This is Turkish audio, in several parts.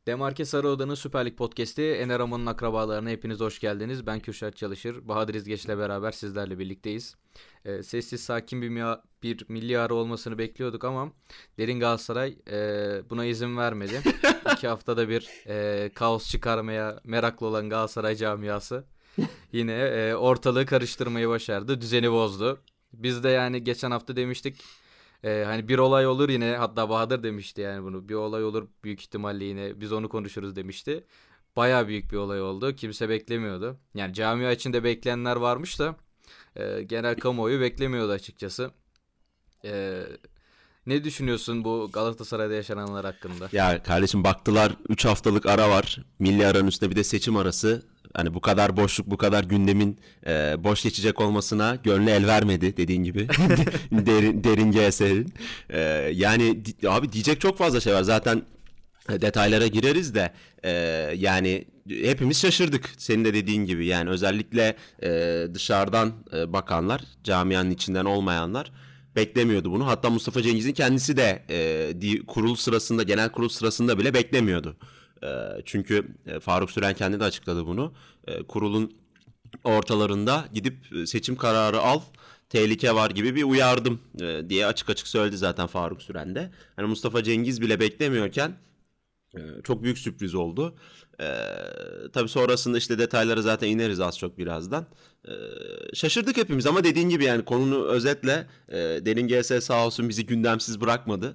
Demarke Sarıoda'nın Süper Lig Podcast'i Ener Aman'ın akrabalarına hepiniz hoş geldiniz. Ben Kürşat Çalışır, Bahadır İzgeç'le beraber sizlerle birlikteyiz. Sessiz sakin bir milli ara olmasını bekliyorduk ama derin Galatasaray buna izin vermedi. 2 haftada bir kaos çıkarmaya meraklı olan Galatasaray camiası yine ortalığı karıştırmayı başardı, düzeni bozdu. Biz de yani geçen hafta demiştik. Hani bir olay olur yine, hatta Bahadır demişti yani bunu, bir olay olur büyük ihtimalle yine biz onu konuşuruz demişti. Baya büyük bir olay oldu, kimse beklemiyordu. Yani camia içinde bekleyenler varmış da genel kamuoyu beklemiyordu açıkçası. Ne düşünüyorsun bu Galatasaray'da yaşananlar hakkında? Ya kardeşim baktılar 3 haftalık ara var. Milli aranın üstüne bir de seçim arası. Hani bu kadar boşluk, bu kadar gündemin boş geçecek olmasına gönlü el vermedi dediğin gibi. Derin GS'nin. Yani abi diyecek çok fazla şey var. Zaten detaylara gireriz de yani hepimiz şaşırdık senin de dediğin gibi. Yani özellikle dışarıdan bakanlar, camianın içinden olmayanlar beklemiyordu bunu. Hatta Mustafa Cengiz'in kendisi de kurul sırasında, genel kurul sırasında bile beklemiyordu. Çünkü Faruk Süren kendi de açıkladı bunu. Kurulun ortalarında gidip seçim kararı al, tehlike var gibi bir uyardım diye açık açık söyledi zaten Faruk Süren de. Hani Mustafa Cengiz bile beklemiyorken çok büyük sürpriz oldu. Tabii sonrasında işte detaylara zaten ineriz az çok birazdan. Şaşırdık hepimiz ama dediğin gibi yani konunu özetle Derin GS sağ olsun bizi gündemsiz bırakmadı.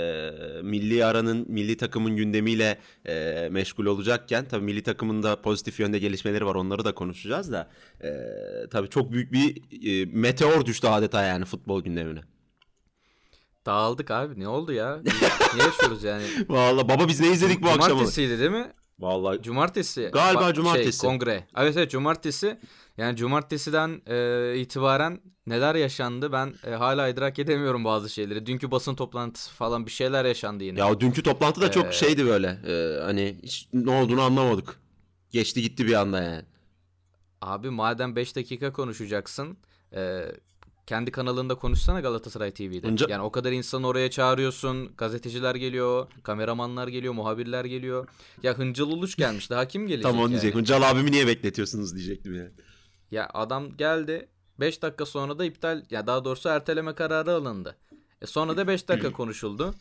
Milli takımın gündemiyle meşgul olacakken tabii milli takımın da pozitif yönde gelişmeleri var, onları da konuşacağız da tabii çok büyük bir meteor düştü adeta yani futbol gündemine. Dağıldık abi, ne oldu ya? Ne yaşıyoruz yani? Vallahi baba biz ne izledik bu akşam? Cumartesiydi değil mi? Vallahi Cumartesi. Galiba cumartesi. Kongre. Evet cumartesi. Yani cumartesiden itibaren neler yaşandı ben hala idrak edemiyorum bazı şeyleri. Dünkü basın toplantısı falan bir şeyler yaşandı yine. Ya dünkü toplantı da çok şeydi böyle. Hani hiç ne olduğunu anlamadık. Geçti gitti bir anda yani. Abi madem 5 dakika konuşacaksın, kendi kanalında konuşsana Galatasaray TV'de. Yani o kadar insanı oraya çağırıyorsun. Gazeteciler geliyor, kameramanlar geliyor, muhabirler geliyor. Ya Hıncal Uluç gelmiş. Daha kim gelecek Tam onu yani? diyecek. Hıncal abimi niye bekletiyorsunuz diyecektim yani. Ya adam geldi. 5 dakika sonra da ya daha doğrusu erteleme kararı alındı. Sonra da 5 dakika konuşuldu.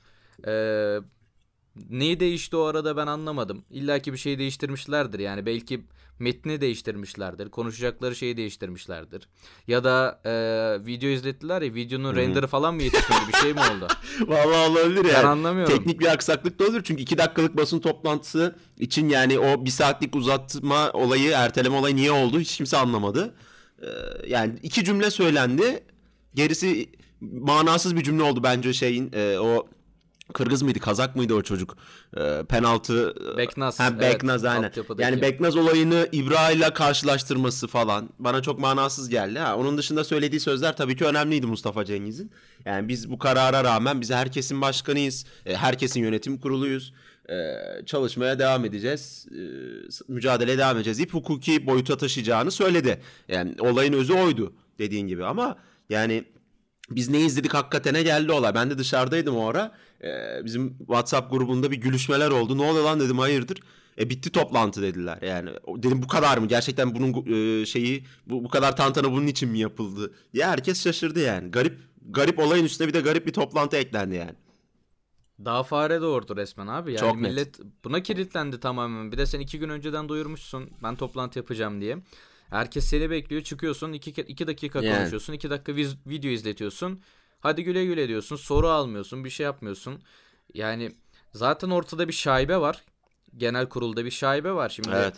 Neyi değişti o arada ben anlamadım. İlla ki bir şey değiştirmişlerdir. Yani belki metni değiştirmişlerdir. Konuşacakları şeyi değiştirmişlerdir. Ya da video izlettiler ya, videonun renderı falan mı yetişmedi, bir şey mi oldu? Vallahi olabilir yani. Ben anlamıyorum. Teknik bir aksaklık da olur çünkü 2 dakikalık basın toplantısı için yani o 1 saatlik uzatma olayı, erteleme olayı niye oldu hiç kimse anlamadı. Yani 2 cümle söylendi. Gerisi manasız bir cümle oldu bence o Kırgız mıydı, Kazak mıydı o çocuk? Penaltı. Beknaz. Beknaz evet, aynen. Yani Beknaz olayını İbra ile karşılaştırması falan bana çok manasız geldi. Onun dışında söylediği sözler tabii ki önemliydi Mustafa Cengiz'in. Yani biz bu karara rağmen biz herkesin başkanıyız. Herkesin yönetim kuruluyuz. Çalışmaya devam edeceğiz. Mücadeleye devam edeceğiz deyip hukuki boyuta taşıyacağını söyledi. Yani olayın özü oydu dediğin gibi ama yani biz ne izledik hakikatene geldi olay. Ben de dışarıdaydım o ara. Bizim WhatsApp grubunda bir gülüşmeler oldu. Ne oluyor lan dedim, hayırdır? Bitti toplantı dediler. Yani dedim bu kadar mı? Gerçekten bunun bu kadar tantana bunun için mi yapıldı diye herkes şaşırdı yani. Garip olayın üstüne bir de garip bir toplantı eklendi yani. Daha fare doğurdu resmen abi. Yani çok millet buna kilitlendi tamamen. Bir de sen 2 gün önceden duyurmuşsun ben toplantı yapacağım diye. Herkes seni bekliyor. Çıkıyorsun 2 dakika konuşuyorsun. 2 dakika video izletiyorsun. Hadi güle güle diyorsun. Soru almıyorsun. Bir şey yapmıyorsun. Yani zaten ortada bir şaibe var. Genel kurulda bir şaibe var. Şimdi evet.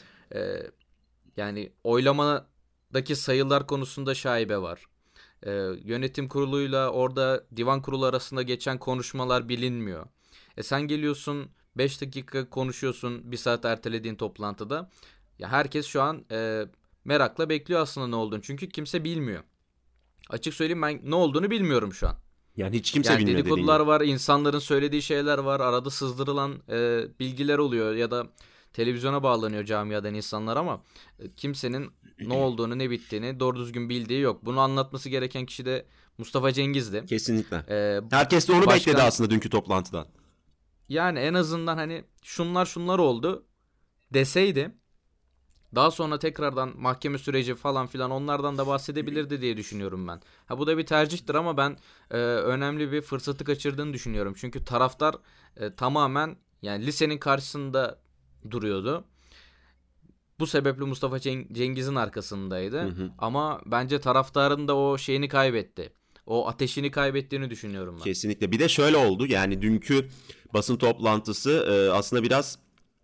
Yani oylamadaki sayılar konusunda şaibe var. Yönetim kuruluyla orada divan kurulu arasında geçen konuşmalar bilinmiyor. Sen geliyorsun 5 dakika konuşuyorsun 1 saat ertelediğin toplantıda. Ya herkes şu an merakla bekliyor aslında ne olduğunu. Çünkü kimse bilmiyor. Açık söyleyeyim, ben ne olduğunu bilmiyorum şu an. Yani hiç kimse bilmiyor. Dedikodular var, insanların söylediği şeyler var, arada sızdırılan bilgiler oluyor ya da televizyona bağlanıyor camiadan insanlar ama kimsenin ne olduğunu, ne bittiğini doğru düzgün bildiği yok. Bunu anlatması gereken kişi de Mustafa Cengiz'di. Kesinlikle. Herkes de onu bekledi aslında dünkü toplantıdan. Yani en azından hani şunlar oldu deseydi daha sonra tekrardan mahkeme süreci falan filan onlardan da bahsedebilirdi diye düşünüyorum ben. Ha bu da bir tercihtir ama ben önemli bir fırsatı kaçırdığını düşünüyorum. Çünkü taraftar tamamen yani lisenin karşısında duruyordu. Bu sebeple Mustafa Cengiz'in arkasındaydı. Hı hı. Ama bence taraftarın da o şeyini kaybetti. O ateşini kaybettiğini düşünüyorum ben. Kesinlikle. Bir de şöyle oldu. Yani dünkü basın toplantısı aslında biraz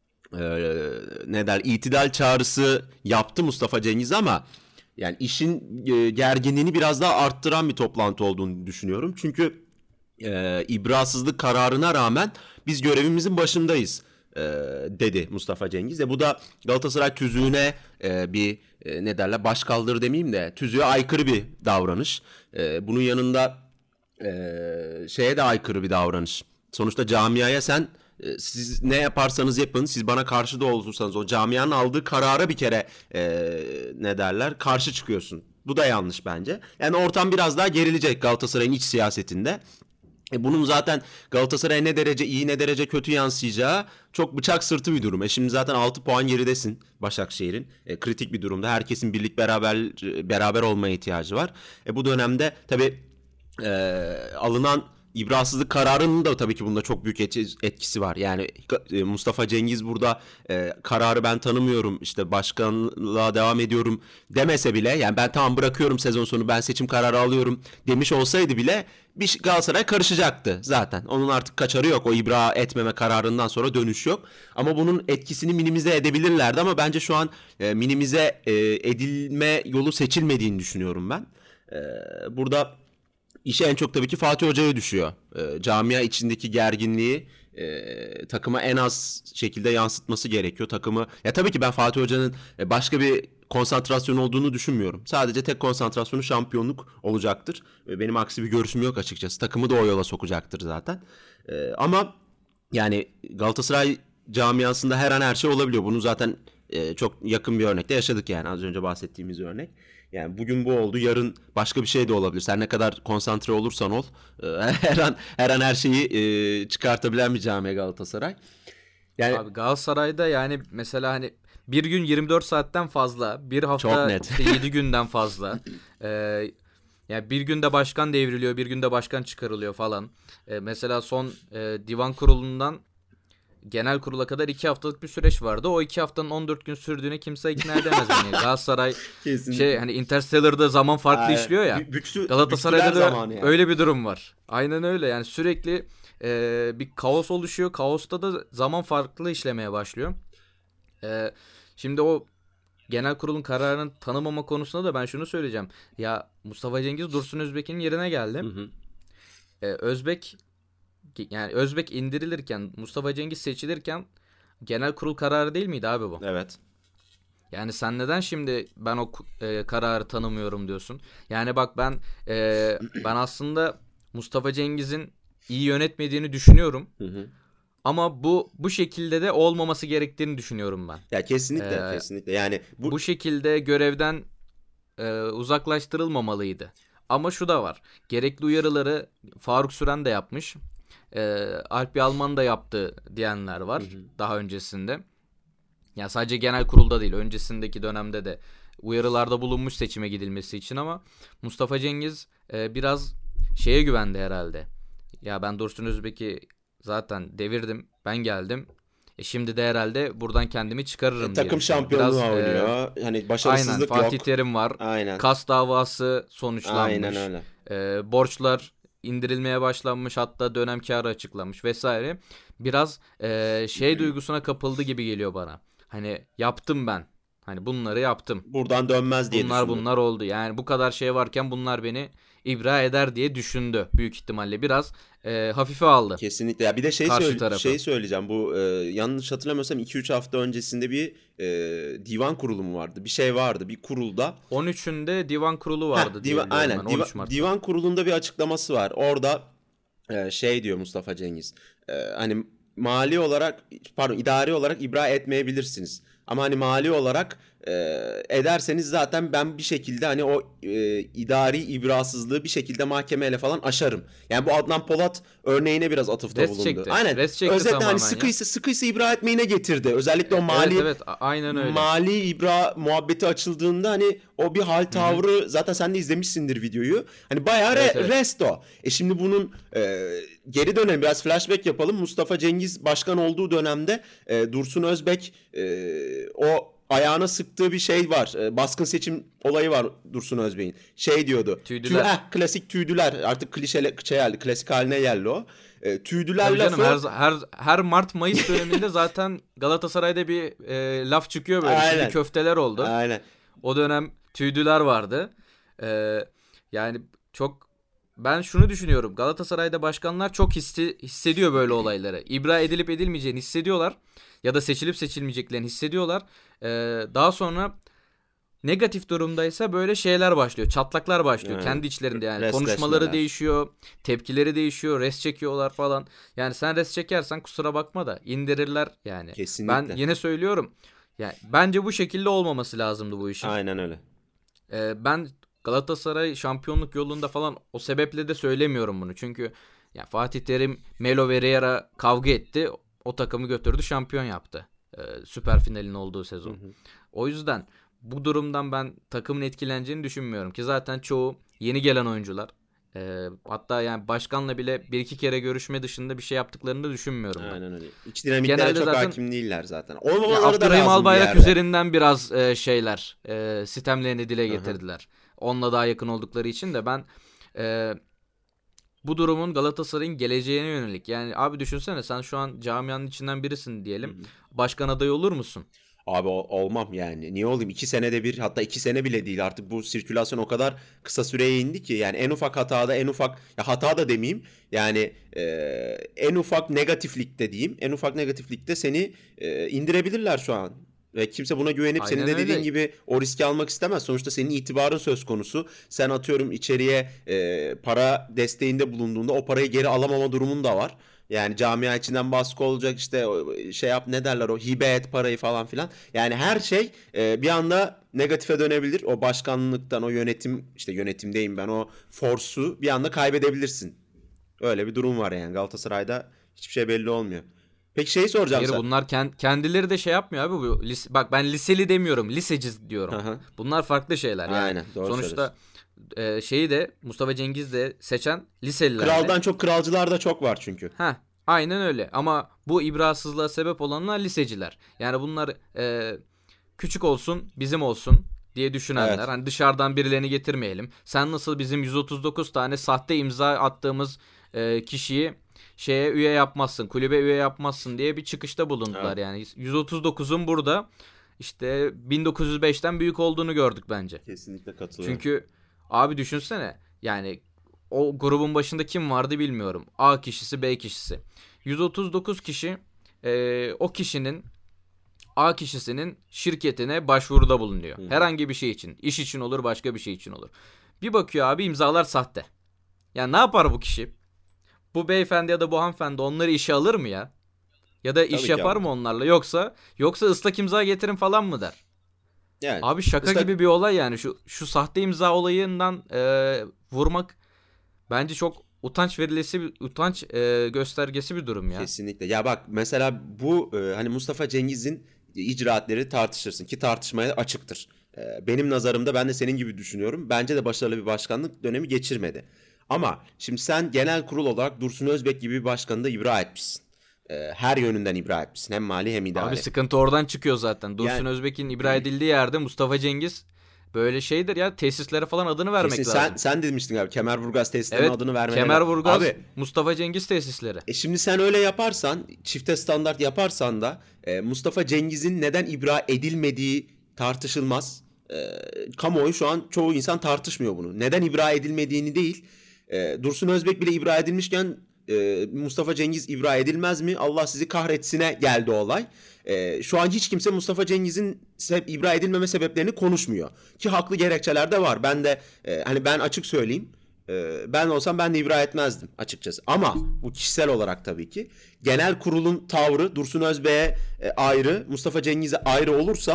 ne der, itidal çağrısı yaptı Mustafa Cengiz ama yani işin gerginliğini biraz daha arttıran bir toplantı olduğunu düşünüyorum. Çünkü ibrasızlık kararına rağmen biz görevimizin başındayız dedi Mustafa Cengiz. Bu da Galatasaray tüzüğüne bir ne derler, başkaldırı demeyeyim de tüzüğe aykırı bir davranış. Bunun yanında şeye de aykırı bir davranış. Sonuçta camiaya sen siz ne yaparsanız yapın, siz bana karşı da olursanız o camianın aldığı karara bir kere ne derler, karşı çıkıyorsun. Bu da yanlış bence. Yani ortam biraz daha gerilecek Galatasaray'ın iç siyasetinde. Bunun zaten Galatasaray'a ne derece iyi ne derece kötü yansıyacağı çok bıçak sırtı bir durum. Şimdi zaten 6 puan geridesin Başakşehir'in. Kritik bir durumda. Herkesin birlik beraber olmaya ihtiyacı var. Bu dönemde tabii alınan İbrasızlık kararının da tabii ki bunda çok büyük etkisi var. Yani Mustafa Cengiz burada kararı ben tanımıyorum, işte başkanlığa devam ediyorum demese bile, yani ben tamam bırakıyorum sezon sonu, ben seçim kararı alıyorum demiş olsaydı bile bir Galatasaray karışacaktı zaten. Onun artık kaçarı yok. O ibra etmeme kararından sonra dönüş yok. Ama bunun etkisini minimize edebilirlerdi ama bence şu an minimize edilme yolu seçilmediğini düşünüyorum ben. Burada İşe en çok tabii ki Fatih Hoca'ya düşüyor. Camia içindeki gerginliği takıma en az şekilde yansıtması gerekiyor. Takımı, ya tabii ki ben Fatih Hoca'nın başka bir konsantrasyon olduğunu düşünmüyorum. Sadece tek konsantrasyonu şampiyonluk olacaktır. Benim aksi bir görüşüm yok açıkçası. Takımı da o yola sokacaktır zaten. Ama yani Galatasaray camiasında her an her şey olabiliyor. Bunu zaten çok yakın bir örnekte yaşadık, yani az önce bahsettiğimiz örnek. Yani bugün bu oldu, yarın başka bir şey de olabilir. Sen ne kadar konsantre olursan ol, her an her şeyi çıkartabilen bir camia Galatasaray. Yani Abi Galatasaray'da yani mesela hani bir gün 24 saatten fazla, bir çok hafta net. işte 7 günden fazla. Yani bir günde başkan devriliyor, bir günde başkan çıkarılıyor falan. Mesela son divan kurulundan genel kurula kadar 2 haftalık bir süreç vardı. O 2 haftanın 14 gün sürdüğünü kimse ikna edemez. Yani Galatasaray Kesinlikle. hani Interstellar'da zaman farklı işliyor ya. Galatasaray'da da yani. öyle bir durum var. Aynen öyle, yani sürekli bir kaos oluşuyor. Kaosta da zaman farklı işlemeye başlıyor. Şimdi o genel kurulun kararını tanımama konusunda da ben şunu söyleyeceğim. Ya Mustafa Cengiz Dursun Özbek'in yerine geldi. Hı hı. Özbek indirilirken, Mustafa Cengiz seçilirken genel kurul kararı değil miydi abi bu? Evet. Yani sen neden şimdi ben o kararı tanımıyorum diyorsun? Yani bak ben aslında Mustafa Cengiz'in iyi yönetmediğini düşünüyorum. Hı hı. Ama bu şekilde de olmaması gerektiğini düşünüyorum ben. Ya kesinlikle, kesinlikle. Yani Bu şekilde görevden uzaklaştırılmamalıydı. Ama şu da var. Gerekli uyarıları Faruk Süren de yapmış. Alp Yalman da yaptı diyenler var daha öncesinde. Yani sadece genel kurulda değil, öncesindeki dönemde de uyarılarda bulunmuş seçime gidilmesi için ama Mustafa Cengiz biraz şeye güvendi herhalde. Ya ben Dursun Özbek'i zaten devirdim, ben geldim. Şimdi de herhalde buradan kendimi çıkarırım diye. takım şampiyonluğu oynuyor. Hani başarısızlık aynen, yok. Fatih Terim var. Aynen. Kas davası sonuçlanmış. Aynen öyle. Borçlar indirilmeye başlanmış, hatta dönem kârı açıklanmış vesaire. Biraz şey duygusuna kapıldı gibi geliyor bana. Hani yaptım ben. Hani bunları yaptım. Buradan dönmez diye düşündüm. Bunlar oldu. Yani bu kadar şey varken bunlar beni ibra eder diye düşündü büyük ihtimalle. Biraz hafife aldı. Kesinlikle. Ya bir de şey söyleyeceğim. Bu yanlış hatırlamıyorsam 2-3 hafta öncesinde bir divan kurulu mu vardı? Bir şey vardı. Bir kurulda. 13'ünde divan kurulu vardı diye biliyorum aynen. ben. 13 Mart'ta. Divan kurulunda bir açıklaması var. Orada şey diyor Mustafa Cengiz. Hani idari olarak ibra etmeyebilirsiniz. Ama hani mali olarak ederseniz zaten ben bir şekilde hani o idari ibrasızlığı bir şekilde mahkemeyle falan aşarım. Yani bu Adnan Polat örneğine biraz atıfta Res bulundu. çekti. Aynen. Res çekti Özetle tamamen hani sıkıysa ibra etmeyine getirdi. Özellikle o mali Evet, aynen öyle. mali ibra muhabbeti açıldığında hani o bir hal tavrı zaten sen de izlemişsindir videoyu. Hani bayağı Evet, evet. resto. Şimdi bunun geri dönelim biraz flashback yapalım. Mustafa Cengiz başkan olduğu dönemde Dursun Özbek o ayağına sıktığı bir şey var. Baskın seçim olayı var Dursun Özbek'in. Şey diyordu. Tüydüler. Klasik tüydüler. Artık klasik haline geldi o. Tüydüler Tabii canım, lafı. her Mart-Mayıs döneminde zaten Galatasaray'da bir laf çıkıyor böyle. Aynen. Şimdi köfteler oldu. Aynen. O dönem tüydüler vardı. Yani çok, ben şunu düşünüyorum. Galatasaray'da başkanlar çok hissediyor böyle olayları. İbra edilip edilmeyeceğini hissediyorlar. Ya da seçilip seçilmeyeceklerini hissediyorlar. Daha sonra negatif durumdaysa böyle şeyler başlıyor. Çatlaklar başlıyor. Yani, kendi içlerinde yani. resleşmeler. Konuşmaları değişiyor. Tepkileri değişiyor. Res çekiyorlar falan. Yani sen res çekersen kusura bakma da indirirler yani. Kesinlikle. Ben yine söylüyorum. Yani bence bu şekilde olmaması lazımdı bu işin. Aynen öyle. Ben Galatasaray şampiyonluk yolunda falan o sebeple de söylemiyorum bunu. Çünkü ya Fatih Terim, Melo ve Riera kavga etti. O takımı götürdü, şampiyon yaptı. Süper finalin olduğu sezon. O yüzden bu durumdan ben takımın etkileneceğini düşünmüyorum ki zaten çoğu yeni gelen oyuncular. Hatta yani başkanla bile bir iki kere görüşme dışında bir şey yaptıklarını da düşünmüyorum ben. Aynen öyle. İç dinamiklere Genelde çok zaten hakim değiller zaten. Olmamaları da Abdurrahim lazım bir Albayrak yerde. üzerinden biraz sistemlerini dile getirdiler. Onunla daha yakın oldukları için de ben bu durumun Galatasaray'ın geleceğine yönelik. Yani abi düşünsene, sen şu an camianın içinden birisin diyelim. Başkan adayı olur musun? Abi olmam yani. Niye olayım? 2 senede bir, hatta 2 sene bile değil. Artık bu sirkülasyon o kadar kısa süreye indi ki. Yani en ufak hatada, en ufak ya hata da demeyeyim. Yani en ufak negatiflikte diyeyim. En ufak negatiflikte seni indirebilirler şu an. Ve kimse buna güvenip Aynen senin de dediğin öyle. gibi o riski almak istemez. Sonuçta senin itibarın söz konusu. Sen atıyorum içeriye para desteğinde bulunduğunda o parayı geri alamama durumun da var. Yani camia içinden baskı olacak, işte şey yap, ne derler, o hibe et parayı falan filan. Yani her şey bir anda negatife dönebilir. O başkanlıktan, o yönetimdeyim ben, o force'u bir anda kaybedebilirsin. Öyle bir durum var yani. Galatasaray'da hiçbir şey belli olmuyor. Peki şeyi soracağım Hayır, sana. bunlar kendileri de şey yapmıyor abi. Bak, ben liseli demiyorum, liseci diyorum. Aha. Bunlar farklı şeyler. Yani Aynen, doğru sonuçta şeyi de Mustafa Cengiz de seçen liseliler. Kraldan çok kralcılar da çok var çünkü. Aynen öyle. Ama bu ibrasızlığa sebep olanlar liseciler. Yani bunlar küçük olsun, bizim olsun diye düşünenler. Evet. Hani dışarıdan birilerini getirmeyelim. Sen nasıl bizim 139 tane sahte imza attığımız kişiyi üye yapmazsın, kulübe üye yapmazsın diye bir çıkışta bulundular. Evet. Yani 139'un burada işte 1905'ten büyük olduğunu gördük bence. Kesinlikle katılıyorum. Çünkü abi düşünsene, yani o grubun başında kim vardı bilmiyorum. A kişisi, B kişisi. 139 kişi o kişinin, A kişisinin şirketine başvuruda bulunuyor. Herhangi bir şey için. İş için olur, başka bir şey için olur. Bir bakıyor abi, imzalar sahte. Yani ne yapar bu kişi? Bu beyefendi ya da bu hanımefendi onları işe alır mı ya? Ya da iş Tabii ki yapar alır. mı onlarla? Yoksa ıslak imza getirin falan mı der? Yani Abi şaka gibi bir olay yani. Şu sahte imza olayından vurmak bence çok utanç göstergesi bir durum ya. kesinlikle. Ya bak mesela bu hani Mustafa Cengiz'in icraatleri tartışırsın ki tartışmaya açıktır. Benim nazarımda ben de senin gibi düşünüyorum. Bence de başarılı bir başkanlık dönemi geçirmedi. Ama şimdi sen genel kurul olarak Dursun Özbek gibi bir başkanı da ibra etmişsin. Her yönünden ibra etmişsin. Hem mali hem idari. Abi sıkıntı oradan çıkıyor zaten. Dursun Yani- Özbek'in ibra edildiği yerde Mustafa Cengiz böyle şeydir ya, tesislere falan adını vermek Kesin lazım. sen demiştin abi, Kemerburgaz tesislerinin Evet, adını vermeleri. Kemerburgaz, Abi Mustafa Cengiz tesisleri. şimdi sen öyle yaparsan, çifte standart yaparsan da Mustafa Cengiz'in neden ibra edilmediği tartışılmaz. Kamuoyu şu an, çoğu insan tartışmıyor bunu. Neden ibra edilmediğini değil. Dursun Özbek bile ibra edilmişken Mustafa Cengiz ibra edilmez mi? Allah sizi kahretsin'e geldi olay. Şu an hiç kimse Mustafa Cengiz'in ibra edilmeme sebeplerini konuşmuyor. Ki haklı gerekçeler de var. Ben de hani ben açık söyleyeyim. Ben olsam ben de ibra etmezdim açıkçası. Ama bu kişisel olarak tabii ki. Genel kurulun tavrı Dursun Özbek'e ayrı, Mustafa Cengiz'e ayrı olursa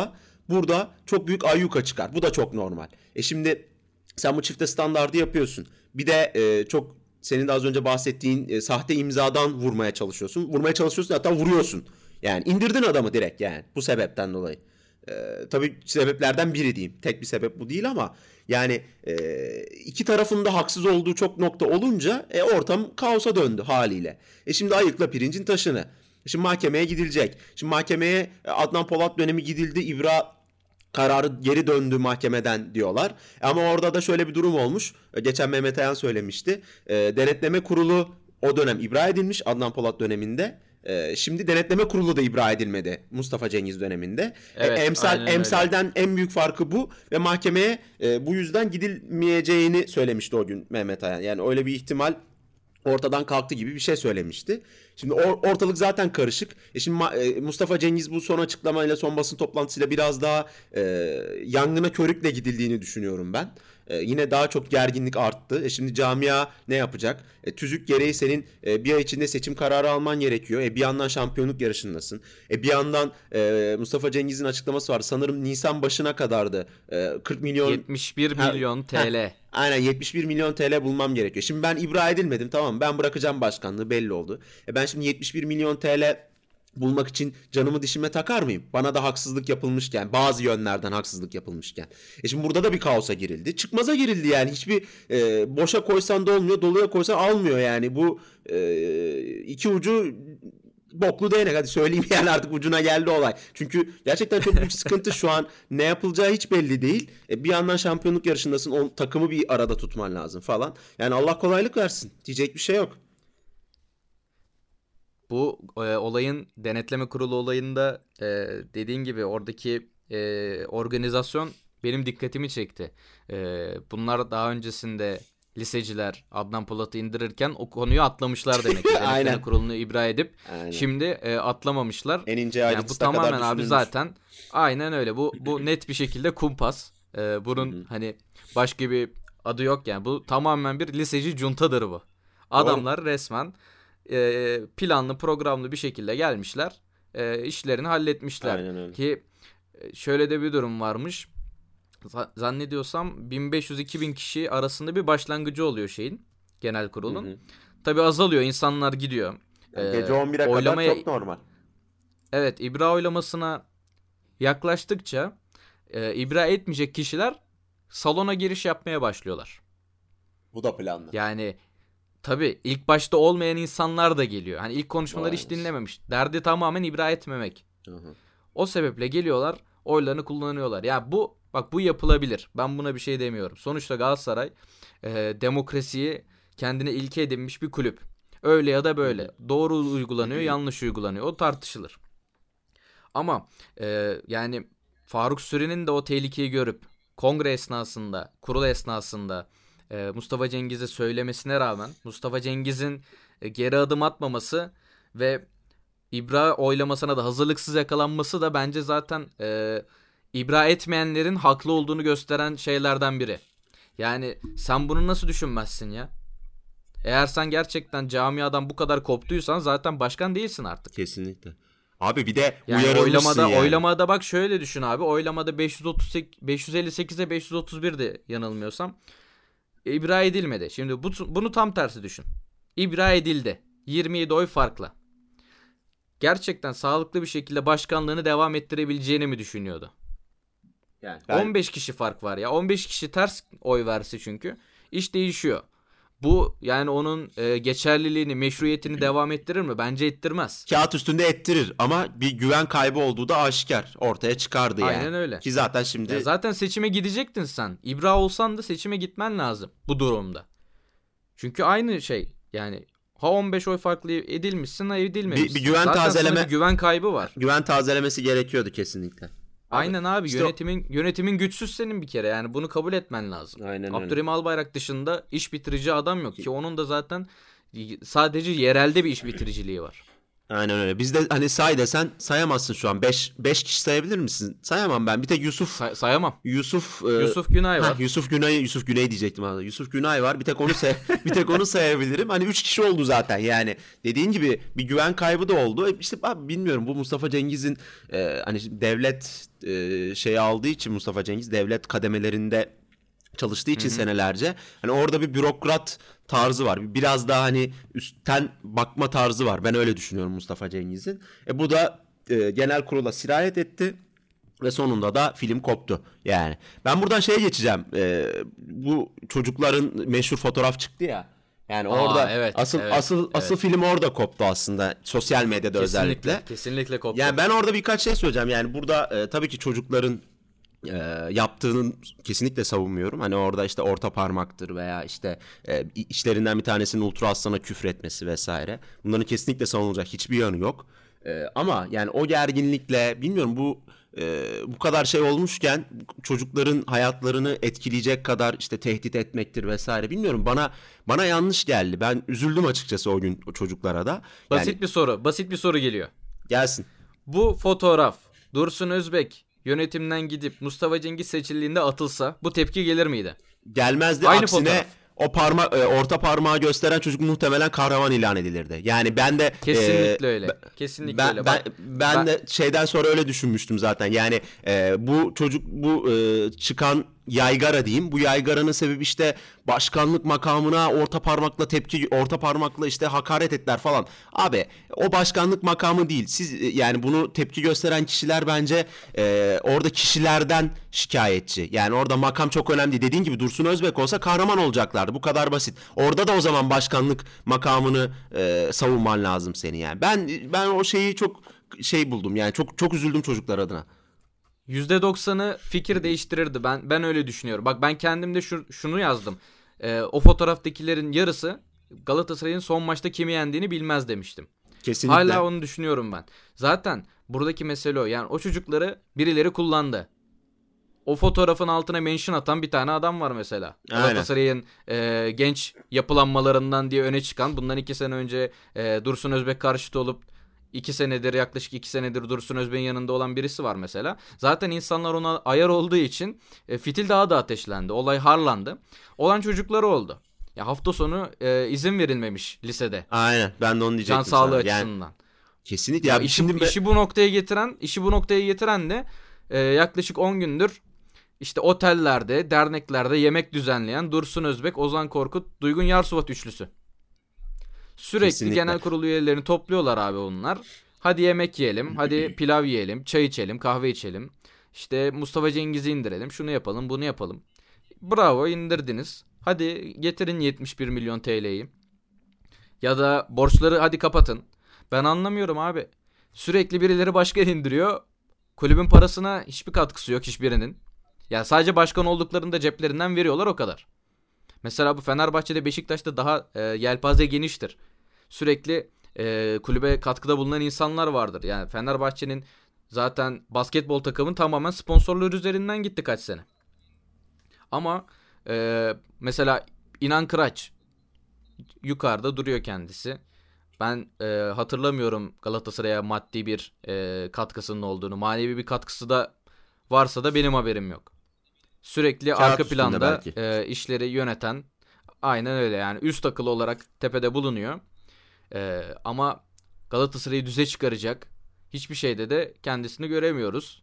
burada çok büyük ayyuka çıkar. Bu da çok normal. Şimdi sen bu çifte standardı yapıyorsun. Bir de çok senin de az önce bahsettiğin sahte imzadan vurmaya çalışıyorsun. Vurmaya çalışıyorsun, hatta vuruyorsun. Yani indirdin adamı direkt yani bu sebepten dolayı. Tabii sebeplerden biri diyeyim. Tek bir sebep bu değil ama yani iki tarafın da haksız olduğu çok nokta olunca ortam kaosa döndü haliyle. Şimdi ayıkla pirincin taşını. Şimdi mahkemeye gidilecek. Şimdi mahkemeye Adnan Polat dönemi gidildi. İbra kararı geri döndü mahkemeden diyorlar. Ama orada da şöyle bir durum olmuş. Geçen Mehmet Ayan söylemişti. Denetleme kurulu o dönem ibra edilmiş Adnan Polat döneminde. Şimdi denetleme kurulu da ibra edilmedi Mustafa Cengiz döneminde. Evet, Emsalden en büyük farkı bu ve mahkemeye bu yüzden gidilmeyeceğini söylemişti o gün Mehmet Ayan. Yani öyle bir ihtimal ortadan kalktı gibi bir şey söylemişti. Şimdi ortalık zaten karışık. Şimdi Mustafa Cengiz bu son açıklamayla, son basın toplantısıyla biraz daha yangına körükle gidildiğini düşünüyorum ben. Yine daha çok gerginlik arttı. Şimdi camia ne yapacak? Tüzük gereği senin bir ay içinde seçim kararı alman gerekiyor. Bir yandan şampiyonluk yarışındasın. Bir yandan Mustafa Cengiz'in açıklaması var. Sanırım Nisan başına kadardı. 40 milyon... 71 milyon TL. Aynen 71 milyon TL bulmam gerekiyor. Şimdi ben ibra edilmedim, tamam, ben bırakacağım başkanlığı, belli oldu. Ben şimdi 71 milyon TL bulmak için canımı dişime takar mıyım? Bana da haksızlık yapılmışken, bazı yönlerden haksızlık yapılmışken. Şimdi burada da bir kaosa girildi. Çıkmaza girildi yani. Hiçbir boşa koysan da olmuyor, doluya koysan almıyor yani. Bu iki ucu boklu değnek, hadi söyleyeyim yani, artık ucuna geldi olay. Çünkü gerçekten çok büyük sıkıntı şu an, ne yapılacağı hiç belli değil. Bir yandan şampiyonluk yarışındasın, o takımı bir arada tutman lazım falan. Yani Allah kolaylık versin, diyecek bir şey yok. Bu olayın denetleme kurulu olayında dediğin gibi oradaki organizasyon benim dikkatimi çekti. Bunlar daha öncesinde liseciler Adnan Polat'ı indirirken o konuyu atlamışlar demek ki. Denetleme kurulunu ibra edip şimdi atlamamışlar. En ince yani bu tamamen abi zaten aynen öyle. Bu net bir şekilde kumpas. Bunun hani başka bir adı yok yani. Bu tamamen bir liseci cuntadır bu. Adamlar doğru, resmen planlı programlı bir şekilde gelmişler, işlerini halletmişler. Ki şöyle de bir durum varmış, zannediyorsam 1500-2000 kişi arasında bir başlangıcı oluyor şeyin, genel kurulun. Tabi azalıyor, insanlar gidiyor. Yani gece 11'e kadar çok normal. Evet, ibra oylamasına yaklaştıkça ibra etmeyecek kişiler salona giriş yapmaya başlıyorlar. Bu da planlı. Yani tabii ilk başta olmayan insanlar da geliyor. Hani ilk konuşmaları hiç dinlememiş. Derdi tamamen ibra etmemek. O sebeple geliyorlar, oylarını kullanıyorlar. Ya bu yapılabilir. Ben buna bir şey demiyorum. Sonuçta Galatasaray demokrasiyi kendine ilke edinmiş bir kulüp. Öyle ya da böyle. Doğru uygulanıyor, yanlış uygulanıyor. O tartışılır. Ama yani Faruk Süren'in de o tehlikeyi görüp kongre esnasında, kurul esnasında Mustafa Cengiz'e söylemesine rağmen Mustafa Cengiz'in geri adım atmaması ve ibra oylamasına da hazırlıksız yakalanması da bence zaten ibra etmeyenlerin haklı olduğunu gösteren şeylerden biri. Yani sen bunu nasıl düşünmezsin ya? Eğer sen gerçekten camiadan bu kadar koptuysan zaten başkan değilsin artık. Kesinlikle. Abi bir de yani uyarılmışsın yani. Oylamada bak şöyle düşün abi. Oylamada 558'e 531'di yanılmıyorsam. İbra edilmedi. Şimdi bunu tam tersi düşün. İbra edildi. 27 oy farkla. Gerçekten sağlıklı bir şekilde başkanlığını devam ettirebileceğini mi düşünüyordu? Yani 15 kişi fark var ya. 15 kişi ters oy verse çünkü iş değişiyor. Bu yani onun geçerliliğini, meşruiyetini devam ettirir mi? Bence ettirmez. Kağıt üstünde ettirir ama bir güven kaybı olduğu da aşikar. Ortaya çıkardı yani. Aynen öyle. Ki zaten şimdi... Ya zaten seçime gidecektin sen. İbra olsan da seçime gitmen lazım bu durumda. Çünkü aynı şey yani, ha 15 oy farklı edilmişsin, ha edilmemişsin. Bir güven zaten tazeleme... bir güven kaybı var. Güven tazelemesi gerekiyordu kesinlikle. Aynen abi işte yönetimin güçsüz senin bir kere, yani bunu kabul etmen lazım. Aynen Abdurrahim Albayrak dışında iş bitirici adam yok ki onun da zaten sadece yerelde bir iş bitiriciliği var. Aynen öyle. Biz de hani say desen sayamazsın şu an. 5 kişi sayabilir misin? Sayamam ben. Bir tek Sayamam. Yusuf Günay var. Yusuf Günay diyecektim aslında. Yusuf Günay var. Bir tek onu bir tek onu sayabilirim. Hani 3 kişi oldu zaten. Yani dediğin gibi bir güven kaybı da oldu. İşte abi bilmiyorum, bu Mustafa Cengiz'in hani devlet şeyi aldığı için, Mustafa Cengiz devlet kademelerinde çalıştığı için senelerce, hani orada bir bürokrat tarzı var. Biraz daha hani üstten bakma tarzı var. Ben öyle düşünüyorum Mustafa Cengiz'in. Bu da genel kurula sirayet etti ve sonunda da film koptu. Yani ben buradan şeye geçeceğim. Bu çocukların meşhur fotoğraf çıktı ya. Yani orada evet, asıl film orada koptu aslında, sosyal medyada özellikle. Kesinlikle koptu. Yani ben orada birkaç şey söyleyeceğim. Yani burada tabii ki çocukların yaptığının kesinlikle savunmuyorum. Hani orada işte orta parmaktır veya işte işlerinden bir tanesinin Ultra Aslan'a küfür etmesi vesaire. Bunların kesinlikle savunulacak hiçbir yanı yok. Ama yani o gerginlikle bilmiyorum, bu kadar şey olmuşken çocukların hayatlarını etkileyecek kadar işte tehdit etmektir vesaire. Bilmiyorum, bana yanlış geldi. Ben üzüldüm açıkçası o gün o çocuklara da. Basit bir soru geliyor. Gelsin. Bu fotoğraf Dursun Özbek yönetimden gidip Mustafa Cengiz seçildiğinde atılsa bu tepki gelir miydi? Gelmezdi. Aynı Aksine fotoğraf. o orta parmağı gösteren çocuk muhtemelen kahraman ilan edilirdi. Yani ben de Kesinlikle öyle. Kesinlikle öyle. Ben de şeyden sonra öyle düşünmüştüm zaten. Yani bu çocuk, bu çıkan yaygara diyeyim. Bu yaygaranın sebebi işte başkanlık makamına orta parmakla işte hakaret ettiler falan. Abi o başkanlık makamı değil. Siz yani bunu tepki gösteren kişiler bence orada kişilerden şikayetçi. Yani orada makam çok önemli değil. Dediğin gibi Dursun Özbek olsa kahraman olacaklardı. Bu kadar basit. Orada da o zaman başkanlık makamını savunman lazım senin yani. Ben o şeyi çok şey buldum. Yani çok üzüldüm çocuklar adına. %90'ı fikir değiştirirdi. Ben öyle düşünüyorum. Bak ben kendim de şunu yazdım. O fotoğraftakilerin yarısı Galatasaray'ın son maçta kimi yendiğini bilmez demiştim. Kesinlikle. Hala onu düşünüyorum ben. Zaten buradaki mesele o. Yani o çocukları birileri kullandı. O fotoğrafın altına mention atan bir tane adam var mesela. Galatasaray'ın genç yapılanmalarından diye öne çıkan. Bundan 2 sene önce Dursun Özbek karşıtı olup yaklaşık 2 senedir Dursun Özbek'in yanında olan birisi var mesela. Zaten insanlar ona ayar olduğu için fitil daha da ateşlendi. Olay harlandı. Olan çocukları oldu. Ya hafta sonu izin verilmemiş lisede. Aynen, ben de onu diyecektim. Can sağlığı sana. açısından. Yani, kesinlikle. Ya işi bu noktaya getiren de yaklaşık 10 gündür işte otellerde, derneklerde yemek düzenleyen Dursun Özbek, Ozan Korkut, Duygun Yarsuvat üçlüsü. Sürekli kesinlikle. genel kurulu üyelerini topluyorlar abi onlar. Hadi yemek yiyelim, hadi pilav yiyelim, çay içelim, kahve içelim. İşte Mustafa Cengiz'i indirelim, şunu yapalım, bunu yapalım. Bravo, indirdiniz. Hadi getirin 71 milyon TL'yi. Ya da borçları hadi kapatın. Ben anlamıyorum abi. Sürekli birileri başkan indiriyor. Kulübün parasına hiçbir katkısı yok hiçbirinin. Yani sadece başkan olduklarında ceplerinden veriyorlar, o kadar. Mesela bu Fenerbahçe'de, Beşiktaş'ta daha yelpaze geniştir. Sürekli kulübe katkıda bulunan insanlar vardır. Yani Fenerbahçe'nin zaten basketbol takımın tamamen sponsorlar üzerinden gitti kaç sene. Ama mesela İnan Kıraç yukarıda duruyor kendisi. Ben hatırlamıyorum Galatasaray'a maddi bir katkısının olduğunu. Manevi bir katkısı da varsa da benim haberim yok. Sürekli Kağıt arka üstünde planda belki. işleri yöneten, aynen öyle yani üst akıl olarak tepede bulunuyor. Ama Galatasaray'ı düze çıkaracak hiçbir şeyde de kendisini göremiyoruz.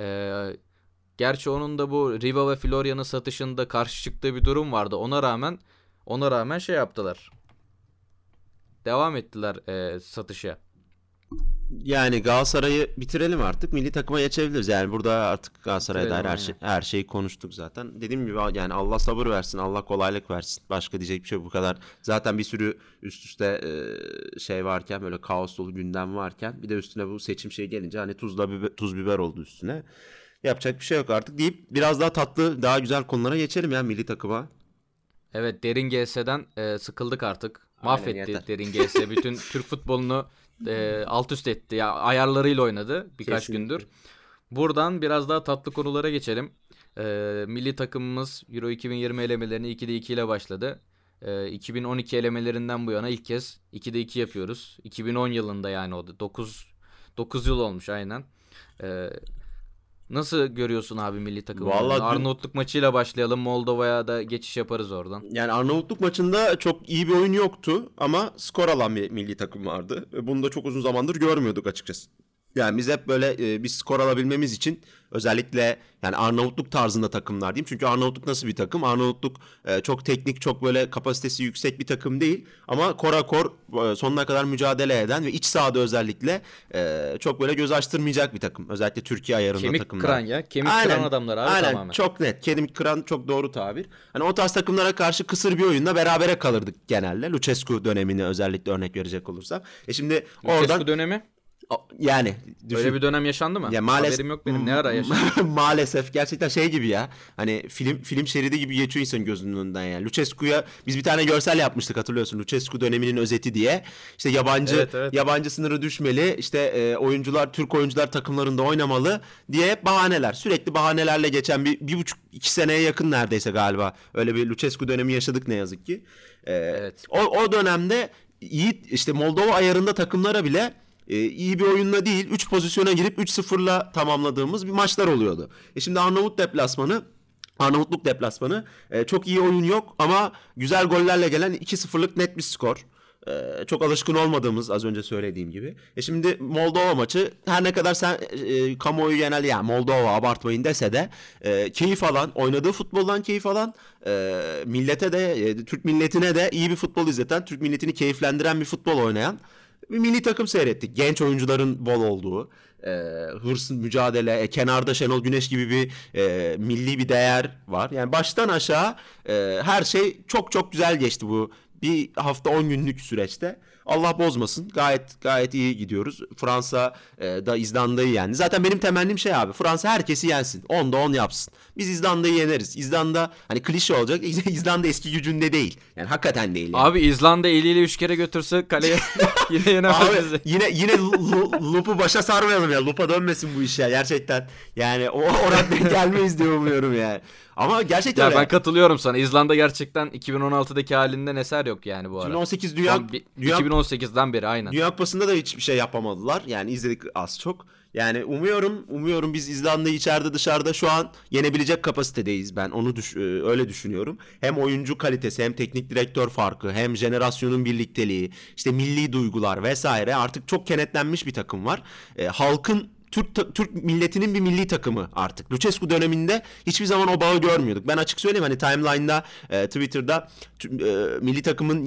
Gerçi onun da bu Riva ve Florya'nın satışında karşı çıktığı bir durum vardı. Ona rağmen şey yaptılar. Devam ettiler satışa. Yani Galatasaray'ı bitirelim artık. Milli takıma geçebiliriz. Yani burada artık Galatasaray'a dair Bitirelim, her şeyi konuştuk zaten. Dediğim gibi yani Allah sabır versin, Allah kolaylık versin. Başka diyecek bir şey yok, bu kadar. Zaten bir sürü üst üste şey varken, böyle kaos dolu gündem varken, bir de üstüne bu seçim şey gelince hani tuz biber oldu üstüne. Yapacak bir şey yok artık deyip biraz daha tatlı, daha güzel konulara geçelim ya, milli takıma. Evet, Derin GS'den sıkıldık artık. Aynen, Mahvetti yeter. Derin GS. Bütün Türk futbolunu alt üst etti. Ya ayarlarıyla oynadı birkaç Kesinlikle. gündür. Buradan biraz daha tatlı konulara geçelim. Milli takımımız Euro 2020 elemelerine 2'de 2 ile başladı. 2012 elemelerinden bu yana ilk kez 2'de 2 yapıyoruz. 2010 yılında yani o da 9 yıl olmuş aynen. Nasıl görüyorsun abi milli takımı? Vallahi Arnavutluk maçıyla başlayalım. Moldova'ya da geçiş yaparız oradan. Yani Arnavutluk maçında çok iyi bir oyun yoktu ama skor alan bir milli takım vardı. Bunu da çok uzun zamandır görmüyorduk açıkçası. Yani biz hep böyle bir skor alabilmemiz için özellikle yani Arnavutluk tarzında takımlar diyeyim. Çünkü Arnavutluk nasıl bir takım? Arnavutluk çok teknik, çok böyle kapasitesi yüksek bir takım değil. Ama korakor sonuna kadar mücadele eden ve iç sahada özellikle çok böyle göz açtırmayacak bir takım. Özellikle Türkiye ayarında Kemik takımlar. kıran ya. Kemik kıran adamlar abi aynen, tamamen. çok net. Kemik kıran çok doğru tabir. Hani o tarz takımlara karşı kısır bir oyunla berabere kalırdık genelde. Lucescu dönemini özellikle örnek verecek olursam. Şimdi Lucescu oradan dönemi? yani düşün. Öyle bir dönem yaşandı mı? Ya Haberim yok benim. Ne ara yaşandı? Maalesef gerçekten şey gibi ya. Hani film şeridi gibi geçiyor insanın gözünün önünden yani. Lucescu'ya biz bir tane görsel yapmıştık, hatırlıyorsun. Lucescu döneminin özeti diye. İşte yabancı sınırı düşmeli. İşte oyuncular, Türk oyuncular takımlarında oynamalı diye bahaneler. Sürekli bahanelerle geçen bir buçuk iki seneye yakın neredeyse galiba. Öyle bir Lucescu dönemi yaşadık ne yazık ki. Evet. O dönemde iyi işte Moldova ayarında takımlara bile iyi bir oyunla değil 3 pozisyona girip 3-0'la tamamladığımız bir maçlar oluyordu. Şimdi Arnavutluk deplasmanı çok iyi oyun yok ama güzel gollerle gelen 2-0'lık net bir skor. Çok alışkın olmadığımız az önce söylediğim gibi. Şimdi Moldova maçı her ne kadar sen kamuoyu genel ya Moldova abartmayın dese de keyif alan, oynadığı futboldan keyif alan, millete de Türk milletine de iyi bir futbol izleten, Türk milletini keyiflendiren bir futbol oynayan bir milli takım seyrettik. Genç oyuncuların bol olduğu, hırs, mücadele, kenarda Şenol Güneş gibi bir milli bir değer var. Yani baştan aşağı her şey çok çok güzel geçti bu bir hafta 10 günlük süreçte. Allah bozmasın. Gayet iyi gidiyoruz. Fransa da İzlanda'yı yendi. Zaten benim temennim şey abi. Fransa herkesi yensin. 10'da 10 yapsın. Biz İzlanda'yı yeneriz. İzlanda hani klişe olacak. İzlanda eski gücünde değil. Yani hakikaten değil. Yani. Abi İzlanda eliyle 3 kere götürse kaleye yine yenemez bizi. Yine Lup'u başa sarmayalım ya. Lup'a dönmesin bu iş ya. Gerçekten. Yani o raddeye gelmeyiz diye umuyorum yani. Ama gerçekten ya öyle. Ben katılıyorum sana. İzlanda gerçekten 2016'daki halinden eser yok yani bu ara. 2018 2018'den beri aynen. Dünya Kupası'nda da hiçbir şey yapamadılar. Yani izledik az çok. Yani umuyorum biz İzlanda'yı içeride dışarıda şu an yenebilecek kapasitedeyiz. Ben onu öyle düşünüyorum. Hem oyuncu kalitesi, hem teknik direktör farkı, hem jenerasyonun birlikteliği, işte milli duygular vesaire artık çok kenetlenmiş bir takım var. Halkın Türk milletinin bir milli takımı artık. Lucescu döneminde hiçbir zaman o bağı görmüyorduk. Ben açık söyleyeyim hani timeline'da Twitter'da milli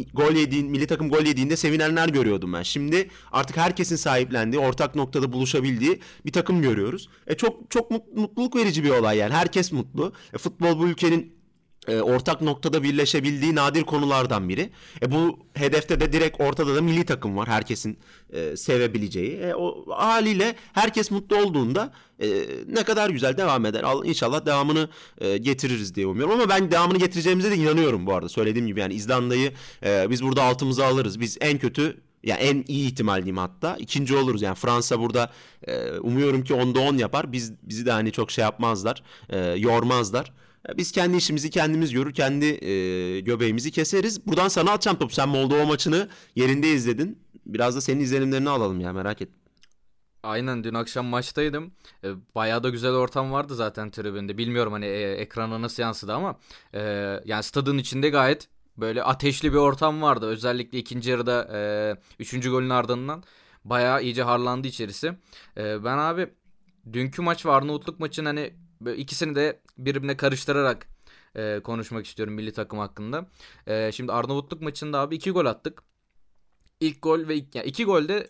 takım gol yediğinde sevinenler görüyordum ben. Şimdi artık herkesin sahiplendiği, ortak noktada buluşabildiği bir takım görüyoruz. Çok mutluluk verici bir olay yani. Herkes mutlu. Futbol bu ülkenin ortak noktada birleşebildiği nadir konulardan biri. Bu hedefte de direkt ortada da milli takım var. Herkesin sevebileceği. O haliyle herkes mutlu olduğunda ne kadar güzel devam eder. İnşallah devamını getiririz diye umuyorum. Ama ben devamını getireceğimize de inanıyorum bu arada. Söylediğim gibi yani İzlanda'yı biz burada altımıza alırız. Biz en kötü yani en iyi ihtimal diyeyim hatta. İkinci oluruz. Yani Fransa burada umuyorum ki 10'da 10 yapar. Bizi de hani çok şey yapmazlar. Yormazlar. Biz kendi işimizi kendimiz görür, kendi göbeğimizi keseriz. Buradan sana atacağım topu. Sen Moldova maçını yerinde izledin. Biraz da senin izlenimlerini alalım ya, merak ettim. Aynen, dün akşam maçtaydım. Bayağı da güzel ortam vardı zaten tribünde. Bilmiyorum hani ekrana nasıl yansıdı ama yani stadın içinde gayet böyle ateşli bir ortam vardı. Özellikle ikinci yarıda 3. golün ardından bayağı iyice harlandı içerisi. Ben abi dünkü maç ve Arnavutluk maçın hani ikisini de birbirine karıştırarak konuşmak istiyorum milli takım hakkında. Şimdi Arnavutluk maçında abi 2 gol attık. İlk gol ve yani 2 gol de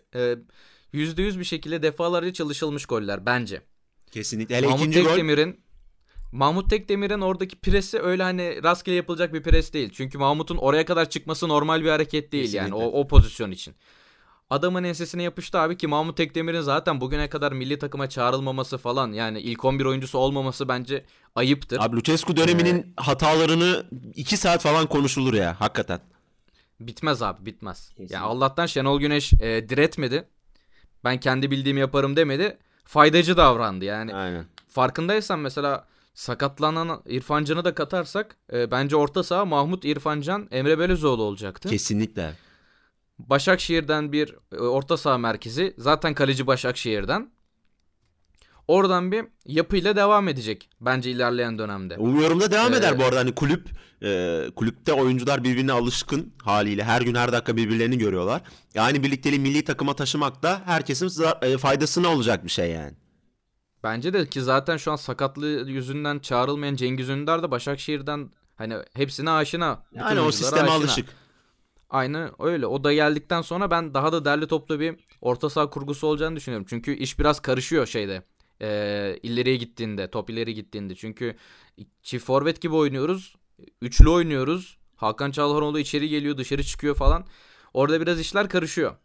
%100 bir şekilde defalarca çalışılmış goller bence. Kesinlikle. Hele ikinci gol. Mahmut Tekdemir'in oradaki presi öyle hani rastgele yapılacak bir pres değil. Çünkü Mahmut'un oraya kadar çıkması normal bir hareket değil. Kesinlikle. Yani o pozisyon için. Adamın ensesine yapıştı abi ki Mahmut Tekdemir'in zaten bugüne kadar milli takıma çağrılmaması falan yani ilk 11 oyuncusu olmaması bence ayıptır. Abi Lucescu döneminin hatalarını 2 saat falan konuşulur ya hakikaten. Bitmez abi, bitmez. Kesinlikle. Yani Allah'tan Şenol Güneş diretmedi. Ben kendi bildiğimi yaparım demedi. Faydacı davrandı yani. Aynen. Farkındaysan mesela sakatlanan İrfan Can'ı da katarsak bence orta saha Mahmut, İrfan Can, Emre Belözoğlu olacaktı. Kesinlikle. Başakşehir'den bir orta saha merkezi. Zaten kaleci Başakşehir'den. Oradan bir yapıyla devam edecek bence ilerleyen dönemde. Umuyorum da devam eder bu arada. Hani kulüpte oyuncular birbirine alışkın haliyle. Her gün her dakika birbirlerini görüyorlar. Yani birlikteliği milli takıma taşımak da herkesin faydasına olacak bir şey yani. Bence de ki zaten şu an sakatlığı yüzünden çağrılmayan Cengiz Ünder de Başakşehir'den hani hepsine aşina. Yani o sisteme alışık. Aynen öyle. O da geldikten sonra ben daha da derli toplu bir orta saha kurgusu olacağını düşünüyorum. Çünkü iş biraz karışıyor şeyde. İleriye gittiğinde, top ileri gittiğinde. Çünkü çift forvet gibi oynuyoruz. Üçlü oynuyoruz. Hakan Çalhanoğlu içeri geliyor, dışarı çıkıyor falan. Orada biraz işler karışıyor.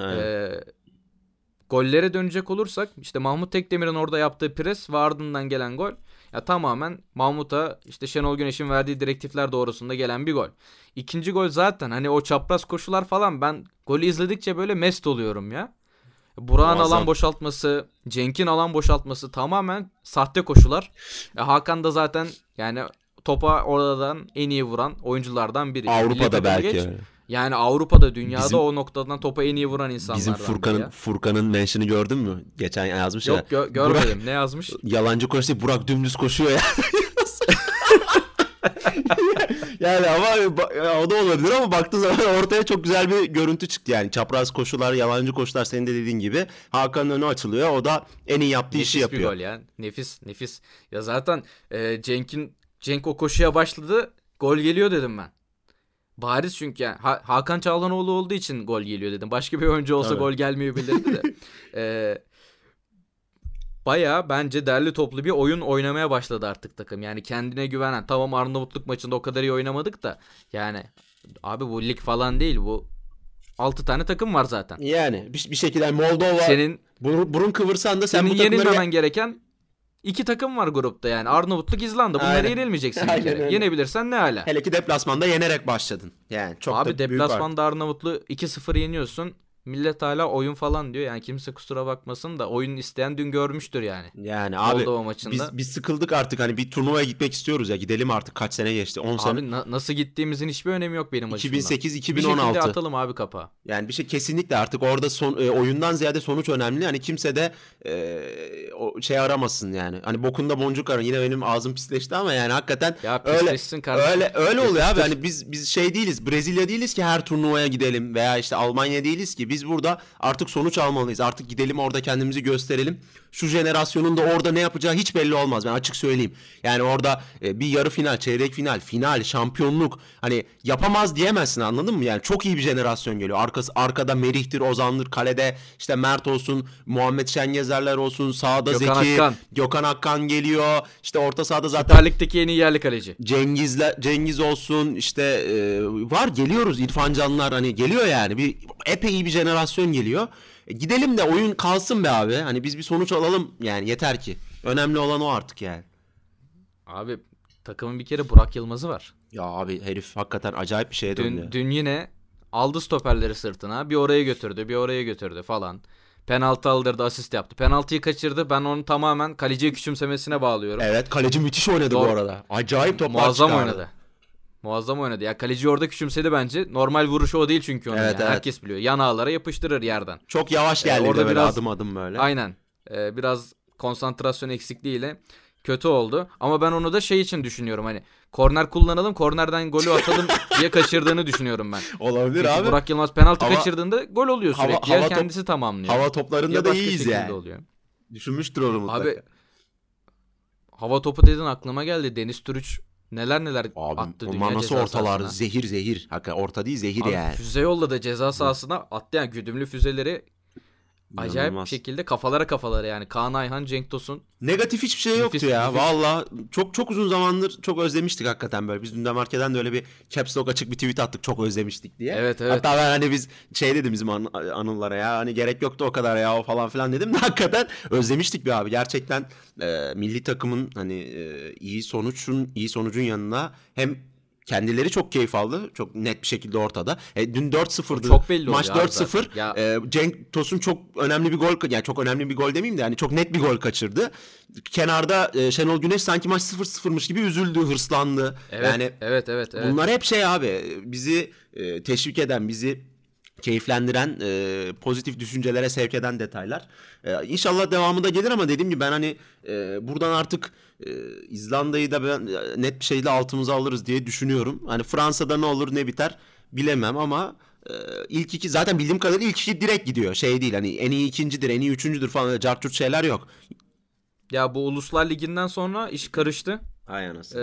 Gollere dönecek olursak işte Mahmut Tekdemir'in orada yaptığı pres ve ardından gelen gol ya tamamen Mahmut'a işte Şenol Güneş'in verdiği direktifler doğrusunda gelen bir gol. İkinci gol zaten hani o çapraz koşular falan, ben golü izledikçe böyle mest oluyorum ya. Burak'ın alan boşaltması, Cenk'in alan boşaltması tamamen sahte koşular. Hakan da zaten yani topa oradan en iyi vuran oyunculardan biri. Avrupa'da belki. Yani Avrupa'da, dünyada o noktadan topa en iyi vuran insanlardan. Bizim Furkan'ın mention'ı gördün mü? Geçen yazmış ya. Yok görmedim. Ne yazmış? Yalancı koşuyor. Burak dümdüz koşuyor ya. Yani ama o da olabilir ama baktığı zaman ortaya çok güzel bir görüntü çıktı yani. Çapraz koşular, yalancı koşular senin de dediğin gibi. Hakan'ın önü açılıyor. O da en iyi yaptığı işi yapıyor. Nefis bir gol ya. Nefis. Ya zaten Cenk o koşuya başladı. Gol geliyor dedim ben. Bariz çünkü yani. Hakan Çalhanoğlu olduğu için gol geliyor dedim. Başka bir oyuncu olsa gol gelmiyor bilirdi de. Bayağı bence derli toplu bir oyun oynamaya başladı artık takım. Yani kendine güvenen. Tamam, Arnavutluk maçında o kadar iyi oynamadık da. Yani abi bu lig falan değil. Bu 6 tane takım var zaten. Yani bir şekilde Moldova senin burun kıvırsan da sen bu takımları yenilmemen gereken 2 takım var grupta yani. Arnavutluk, İzlanda. Bunları yenilmeyeceksin bir kere. Yenebilirsen ne hala. Hele ki deplasmanda yenerek başladın. Yani çok abi da deplasmanda Arnavutlu 2-0 yeniyorsun. Millet hala oyun falan diyor. Yani kimse kusura bakmasın da oyun isteyen dün görmüştür yani. Yani abi Moldova maçında. Biz sıkıldık artık, hani bir turnuvaya gitmek istiyoruz ya. Gidelim artık, kaç sene geçti? 10 sene. Abi nasıl gittiğimizin hiçbir önemi yok benim açımdan. 2008-2016. Bir şekilde atalım abi kapağı. Yani bir şey kesinlikle artık orada oyundan ziyade sonuç önemli. Hani kimse de o şey aramasın yani. Hani bokunda boncuk arın. Yine benim ağzım pisleşti ama yani hakikaten ya öyle oluyor abi. Hani biz şey değiliz. Brezilya değiliz ki her turnuvaya gidelim veya işte Almanya değiliz ki. Biz burada artık sonuç almalıyız. Artık gidelim orada kendimizi gösterelim. Şu jenerasyonun da orada ne yapacağı hiç belli olmaz. Ben açık söyleyeyim. Yani orada bir yarı final, çeyrek final, şampiyonluk hani yapamaz diyemezsin, anladın mı? Yani çok iyi bir jenerasyon geliyor. arkada Merih'tir, Ozan'dır, kalede işte Mert olsun, Muhammed Şengezerler olsun, sağda Gökhan Akkan geliyor. İşte orta sahada zaten Süper Lig'deki en iyi yerli kaleci. Cengiz olsun işte var, geliyoruz. İrfan Canlar hani geliyor yani. Epey iyi bir jenerasyon geliyor. Gidelim de oyun kalsın be abi. Hani biz bir sonuç alalım yani, yeter ki. Önemli olan o artık yani. Abi takımın bir kere Burak Yılmaz'ı var. Ya abi herif hakikaten acayip bir şeye döndü. Dün yine aldı stoperleri sırtına. Bir oraya götürdü falan. Penaltı aldırdı, asist yaptı. Penaltıyı kaçırdı. Ben onu tamamen kaleciye küçümsemesine bağlıyorum. Evet, kaleci müthiş oynadı bu arada. Acayip toplar çıkardı. Muazzam oynadı. Ya kaleci orada küçümsedi bence. Normal vuruşu o değil çünkü onun. Evet, yani. Herkes biliyor. Yan ağlara yapıştırır yerden. Çok yavaş geldi orada böyle adım adım böyle. Aynen. Biraz konsantrasyon eksikliğiyle kötü oldu. Ama ben onu da şey için düşünüyorum. Hani korner kullanalım, kornerden golü atalım diye kaçırdığını düşünüyorum ben. Olabilir çünkü abi. Burak Yılmaz penaltı kaçırdığında gol oluyor sürekli. Ya kendisi tamamlıyor. Hava toplarında ya da iyiyiz yani. Oluyor. Düşünmüştür onu mutlaka. Abi hava topu dedin aklıma geldi. Deniz Türüç neler abi, attı dünya onlar nasıl ortalar? Sahasına. Zehir. Hakikaten orta değil, zehir abi, yani. Füze yolladı ceza sahasına, attı yani güdümlü füzeleri. Acayip bir şekilde kafalara yani. Kaan Ayhan, Cenk Tosun. Negatif hiçbir şey yoktu ya. Valla çok uzun zamandır çok özlemiştik hakikaten böyle. Biz dün Demarke'den de öyle bir caps lock açık bir tweet attık, çok özlemiştik diye. Evet. Hatta ben hani biz şey dedim bizim anılara ya, hani gerek yoktu o kadar ya o falan filan dedim de hakikaten özlemiştik bir abi. Gerçekten milli takımın hani iyi sonucun yanına hem kendileri çok keyif aldı. Çok net bir şekilde ortada. Dün 4-0'dı. Çok belli Maç oluyor 4-0. Ya. Cenk Tosun çok önemli bir gol, yani çok önemli bir gol demeyeyim de yani çok net bir gol kaçırdı. Kenarda Şenol Güneş sanki maç 0-0'mış gibi üzüldü, hırslandı. Evet, Yani evet. bunlar hep şey abi, bizi teşvik eden, bizi keyiflendiren, pozitif düşüncelere sevk eden detaylar. İnşallah devamı da gelir ama dediğim gibi ben hani buradan artık İzlanda'yı da ben net bir şekilde altımıza alırız diye düşünüyorum. Hani Fransa'da ne olur ne biter bilemem ama ilk iki zaten bildiğim kadarıyla ilk iki direkt gidiyor. Şey değil, hani en iyi ikincidir, en iyi üçüncüdür falan, cartçurt şeyler yok. Ya bu Uluslar Ligi'nden sonra iş karıştı. Aynen nasıl.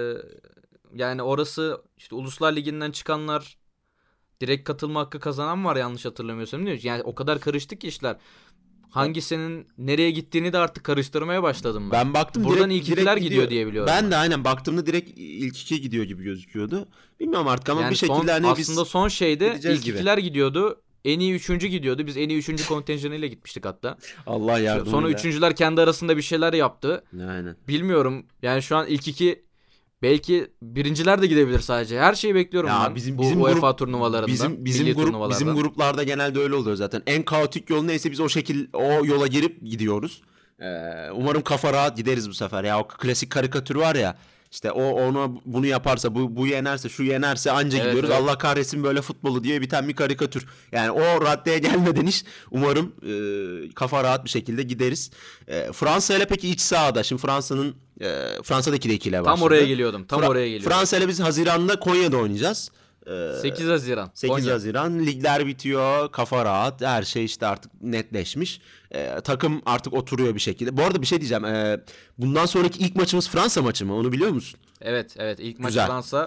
Yani orası işte Uluslar Ligi'nden çıkanlar, direkt katılma hakkı kazanan var yanlış hatırlamıyorsam, değil mi? Yani o kadar karıştı ki işler. Hangisinin nereye gittiğini de artık karıştırmaya başladım ben. Ben baktım buradan direkt, ilk ikiler gidiyor diye biliyorum. Ben de aynen baktığımda direkt ilk iki gidiyor gibi gözüküyordu. Bilmiyorum artık ama yani bir şekilde hani aslında son şeyde ilk gibi. ikiler gidiyordu. En iyi üçüncü gidiyordu. Biz en iyi üçüncü kontenjanıyla gitmiştik hatta. Allah yardım. Sonra üçüncüler kendi arasında bir şeyler yaptı. Aynen. Bilmiyorum. Yani şu an ilk iki, belki birinciler de gidebilir sadece. Her şeyi bekliyorum ya ben. Bizim UEFA grup, turnuvalarından. Bizim gruplarda genelde öyle oluyor zaten. En kaotik yol neyse biz o yola girip gidiyoruz. Umarım kafa rahat gideriz bu sefer. Ya o klasik karikatür var ya. İşte bunu yaparsa, bu yenerse, şu yenerse anca gidiyoruz. Evet. Allah kahretsin böyle futbolu diye biten bir karikatür. Yani o raddeye gelmeden iş, umarım kafa rahat bir şekilde gideriz. Fransa ile peki iç sahada. Şimdi Fransa'daki de ikiyle başladı. Tam oraya geliyordum. Fransa ile biz Haziran'da Konya'da oynayacağız. 8 Haziran. 8 Konya. Haziran. Ligler bitiyor. Kafa rahat. Her şey işte artık netleşmiş. Takım artık oturuyor bir şekilde. Bu arada bir şey diyeceğim. Bundan sonraki ilk maçımız Fransa maçı mı? Onu biliyor musun? Evet. İlk maç Fransa.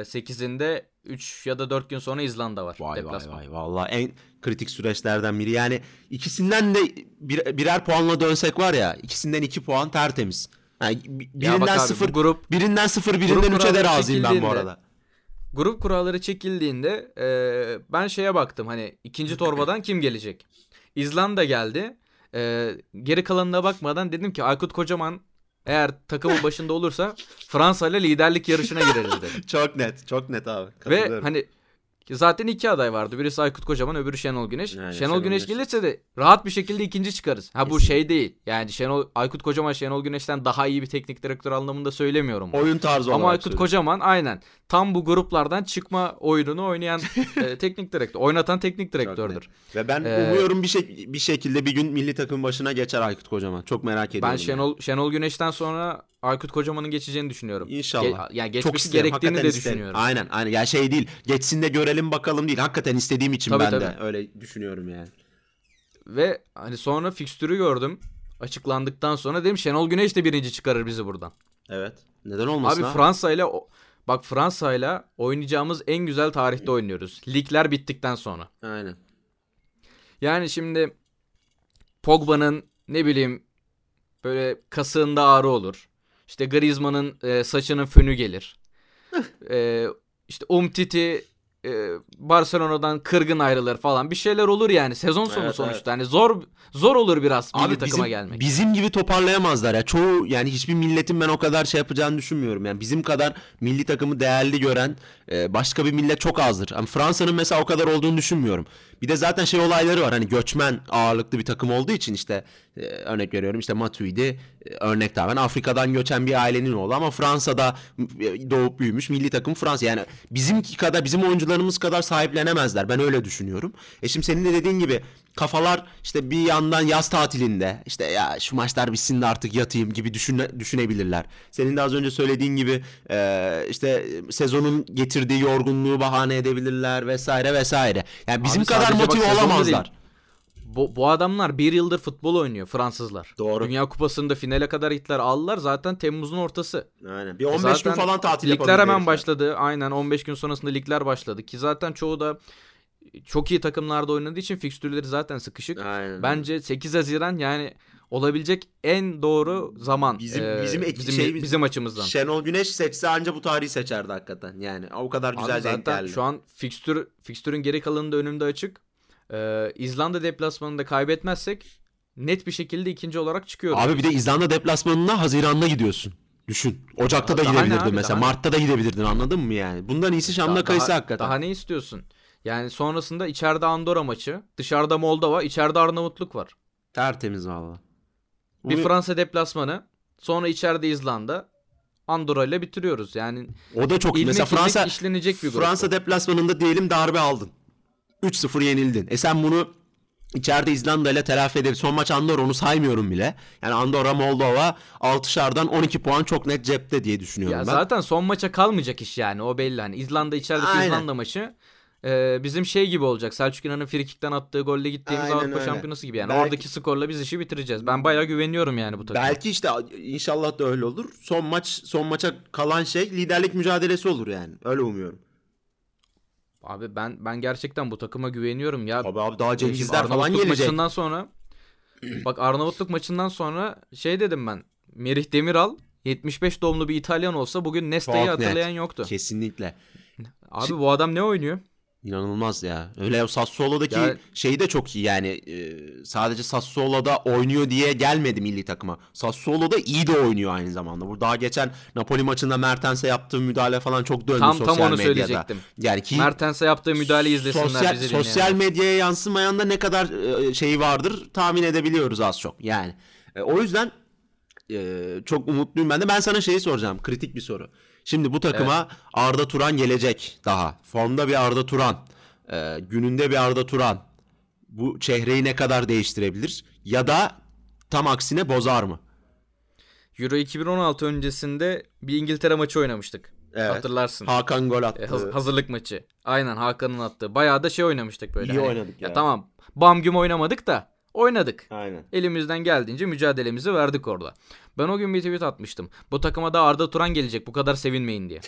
8'inde 3 ya da 4 gün sonra İzlanda var. Vay. Vallahi en kritik süreçlerden biri. Yani ikisinden de birer puanla dönsek var ya. İkisinden 2 puan tertemiz. Yani birinden 0, birinden 3'e de razıyım ben bu arada. Grup kuralları çekildiğinde ben şeye baktım, hani ikinci torbadan kim gelecek? İzlanda geldi. Geri kalanına bakmadan dedim ki Aykut Kocaman eğer takımın başında olursa Fransa ile liderlik yarışına gireriz dedim. Çok net abi. Ve hani zaten iki aday vardı. Birisi Aykut Kocaman, öbürü Şenol Güneş. Yani Şenol Güneş gelirse de rahat bir şekilde ikinci çıkarız. Bu şey değil. Yani Aykut Kocaman Şenol Güneş'ten daha iyi bir teknik direktör anlamında söylemiyorum. Oyun tarzı olarak. Ama Aykut Kocaman aynen tam bu gruplardan çıkma oyununu oynayan teknik direktör, oynatan teknik direktördür. Ve ben umuyorum bir şekilde bir gün milli takım başına geçer Aykut Kocaman. Çok merak ediyorum. Ben Şenol Güneş'ten sonra Aykut Kocaman'ın geçeceğini düşünüyorum. İnşallah. Yani geçmesi gerektiğini de düşünüyorum. Aynen. Yani şey değil. Geçsin de görelim bakalım değil. Hakikaten istediğim için tabii. De öyle düşünüyorum yani. Ve hani sonra fikstürü gördüm. Açıklandıktan sonra dedim Şenol Güneş de birinci çıkarır bizi buradan. Evet. Neden olmasın abi? Fransa'yla oynayacağımız en güzel tarihte oynuyoruz. Ligler bittikten sonra. Aynen. Yani şimdi Pogba'nın ne bileyim böyle kasığında ağrı olur. İşte Griezmann'ın saçının fönü gelir. İşte Umtiti Barcelona'dan kırgın ayrılır falan. Bir şeyler olur yani. Sezon sonu sonuçta. Hani zor olur biraz milli takıma gelmek. Bizim gibi toparlayamazlar ya. Çoğu, yani hiçbir milletin ben o kadar şey yapacağını düşünmüyorum. Yani bizim kadar milli takımı değerli gören başka bir millet çok azdır. Yani Fransa'nın mesela o kadar olduğunu düşünmüyorum. Bir de zaten şey olayları var. Hani göçmen ağırlıklı bir takım olduğu için işte örnek veriyorum, işte Matuidi örnek tamamen Afrika'dan göçen bir ailenin oğlu ama Fransa'da doğup büyümüş, milli takım Fransa. Yani bizim oyuncularımız kadar sahiplenemezler. Ben öyle düşünüyorum. Şimdi senin de dediğin gibi kafalar işte bir yandan yaz tatilinde işte ya şu maçlar bitsin de artık yatayım gibi düşünebilirler. Senin de az önce söylediğin gibi işte sezonun getirdiği yorgunluğu bahane edebilirler vesaire. Yani bizim kadar motive olamazlar. Bu adamlar bir yıldır futbol oynuyor, Fransızlar. Doğru. Dünya Kupası'nda finale kadar gittiler, aldılar zaten Temmuz'un ortası. Aynen. Bir 15 gün falan tatil yapabilir. Ligler hemen başladı. Aynen 15 gün sonrasında ligler başladı ki zaten çoğu da çok iyi takımlarda oynadığı için fikstürleri zaten sıkışık. Aynen. Bence 8 Haziran yani olabilecek en doğru zaman bizim açımızdan. Şenol Güneş seçse anca bu tarihi seçerdi hakikaten. Yani o kadar güzel denk geldi. Şu an fikstürün geri kalanı da önümde açık. İzlanda deplasmanında kaybetmezsek net bir şekilde ikinci olarak çıkıyoruz. Abi bir de İzlanda deplasmanına Haziran'da gidiyorsun. Düşün. Ocak'ta da Daha ne gidebilirdin abi, mesela. daha ne? Mart'ta da gidebilirdin, anladın mı yani? Bundan iyisi Şam'la Kayısı hakikaten. Daha ne istiyorsun? Yani sonrasında içeride Andorra maçı, dışarıda Moldova, içeride Arnavutluk var. Tertemiz valla. Bir Fransa deplasmanı, sonra içeride İzlanda, Andorra ile bitiriyoruz. Yani O da çok iyi. Mesela ilmek Fransa ilmek işlenecek bir grup. Fransa deplasmanında diyelim darbe aldın. 3-0 yenildin. Sen bunu içeride İzlanda ile telafi edip son maç Andorra, onu saymıyorum bile. Yani Andorra, Moldova 6'şardan 12 puan çok net cepte diye düşünüyorum Ya ben. zaten son maça kalmayacak iş yani, o belli. Hani İzlanda içerideki Aynen. İzlanda maçı bizim şey gibi olacak. Selçuk İnan'ın frikikten attığı golle gittiğimiz Aynen Avrupa öyle. Şampiyonası gibi yani. Belki- Oradaki skorla biz işi bitireceğiz. Ben bayağı güveniyorum yani bu takıma. Belki işte inşallah da öyle olur. Son maça kalan şey liderlik mücadelesi olur yani. Öyle umuyorum. Abi ben gerçekten bu takıma güveniyorum ya. Tabii abi, daha Dediğim gibi Cengizler falan Arnavutluk gelecek. maçından sonra bak, Arnavutluk maçından sonra şey dedim ben. Merih Demiral 75 doğumlu bir İtalyan olsa bugün Nesta'yı Çok net. hatırlayan yoktu. Kesinlikle. Abi bu adam ne oynuyor? İnanılmaz ya. Öyle o Sassuolo'daki Ya- şeyi de çok iyi yani. Sadece Sassuolo'da oynuyor diye gelmedi milli takıma. Sassuolo'da iyi de oynuyor aynı zamanda. Bu daha geçen Napoli maçında Mertens'e yaptığı müdahale falan çok döndü Tam sosyal onu medyada. söyleyecektim. Yani ki Mertens'e yaptığı müdahale izlesinler bizi dinleyenler. sosyal medyaya yansımayan da ne kadar şeyi vardır tahmin edebiliyoruz az çok. Yani o yüzden çok umutluyum ben de. Ben sana şeyi soracağım. Kritik bir soru. Şimdi bu takıma Arda Turan gelecek daha. Formda bir Arda Turan. Gününde bir Arda Turan. Bu çehreyi ne kadar değiştirebilir? Ya da tam aksine bozar mı? Euro 2016 öncesinde bir İngiltere maçı oynamıştık. Evet. Hatırlarsın. Hakan gol attı. Hazırlık maçı. Aynen, Hakan'ın attığı. Bayağı da şey oynamıştık böyle. İyi Hani, oynadık ya yani. tamam. Bam güm oynamadık da oynadık. Aynen. Elimizden geldiğince mücadelemizi verdik orada. Ben o gün bir tweet atmıştım. Bu takıma da Arda Turan gelecek, bu kadar sevinmeyin diye.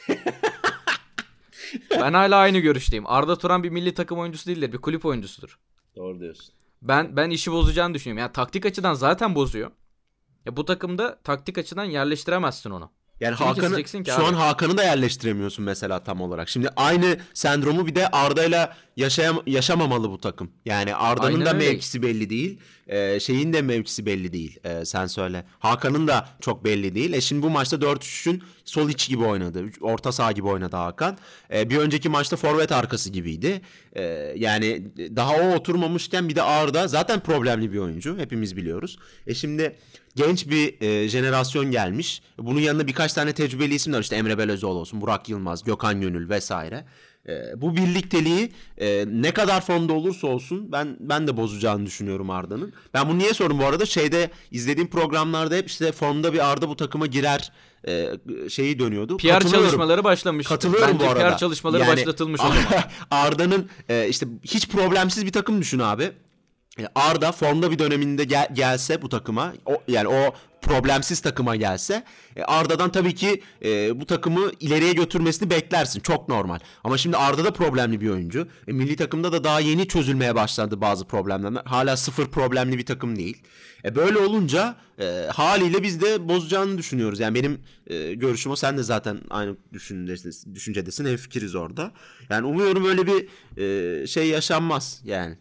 Ben hala aynı görüşteyim. Arda Turan bir milli takım oyuncusu değildir, bir kulüp oyuncusudur. Doğru diyorsun. Ben işi bozacağını düşünüyorum. Yani taktik açıdan zaten bozuyor. Ya bu takımda taktik açıdan yerleştiremezsin onu. Yani Kimi Hakan'ı keseceksin ki şu abi? an Hakan'ı da yerleştiremiyorsun mesela tam olarak. Şimdi aynı sendromu bir de Arda'yla yaşamamalı bu takım. Yani Arda'nın Aynen da öyle. mevkisi belli değil. Şeyin de mevkisi belli değil. Sen söyle. Hakan'ın da çok belli değil. Şimdi bu maçta 4-3'ün sol iç gibi oynadı. Orta saha gibi oynadı Hakan. Bir önceki maçta forvet arkası gibiydi. Yani daha o oturmamışken bir de Arda zaten problemli bir oyuncu. Hepimiz biliyoruz. Şimdi genç bir jenerasyon gelmiş. Bunun yanında birkaç tane tecrübeli isim var. İşte Emre Belözoğlu olsun, Burak Yılmaz, Gökhan Gönül vesaire. Bu birlikteliği ne kadar formda olursa olsun ben de bozacağını düşünüyorum Arda'nın. Ben bunu niye sordum bu arada? İzlediğim programlarda hep işte formda bir Arda bu takıma girer şeyi dönüyordu. PR Katılıyorum. çalışmaları başlamış. Katılıyorum Bence bu arada. PR çalışmaları Yani başlatılmış o zaman. Arda'nın işte hiç problemsiz bir takım düşün abi. Arda formda bir döneminde gelse bu takıma, yani o problemsiz takıma gelse, Arda'dan tabii ki bu takımı ileriye götürmesini beklersin. Çok normal. Ama şimdi Arda da problemli bir oyuncu. Milli takımda da daha yeni çözülmeye başladı bazı problemler. Hala sıfır problemli bir takım değil. Böyle olunca haliyle biz de bozacağını düşünüyoruz. Yani benim görüşüm o. Sen de zaten aynı düşüncedesin. Hemfikiriz orada. Yani umuyorum öyle bir şey yaşanmaz yani.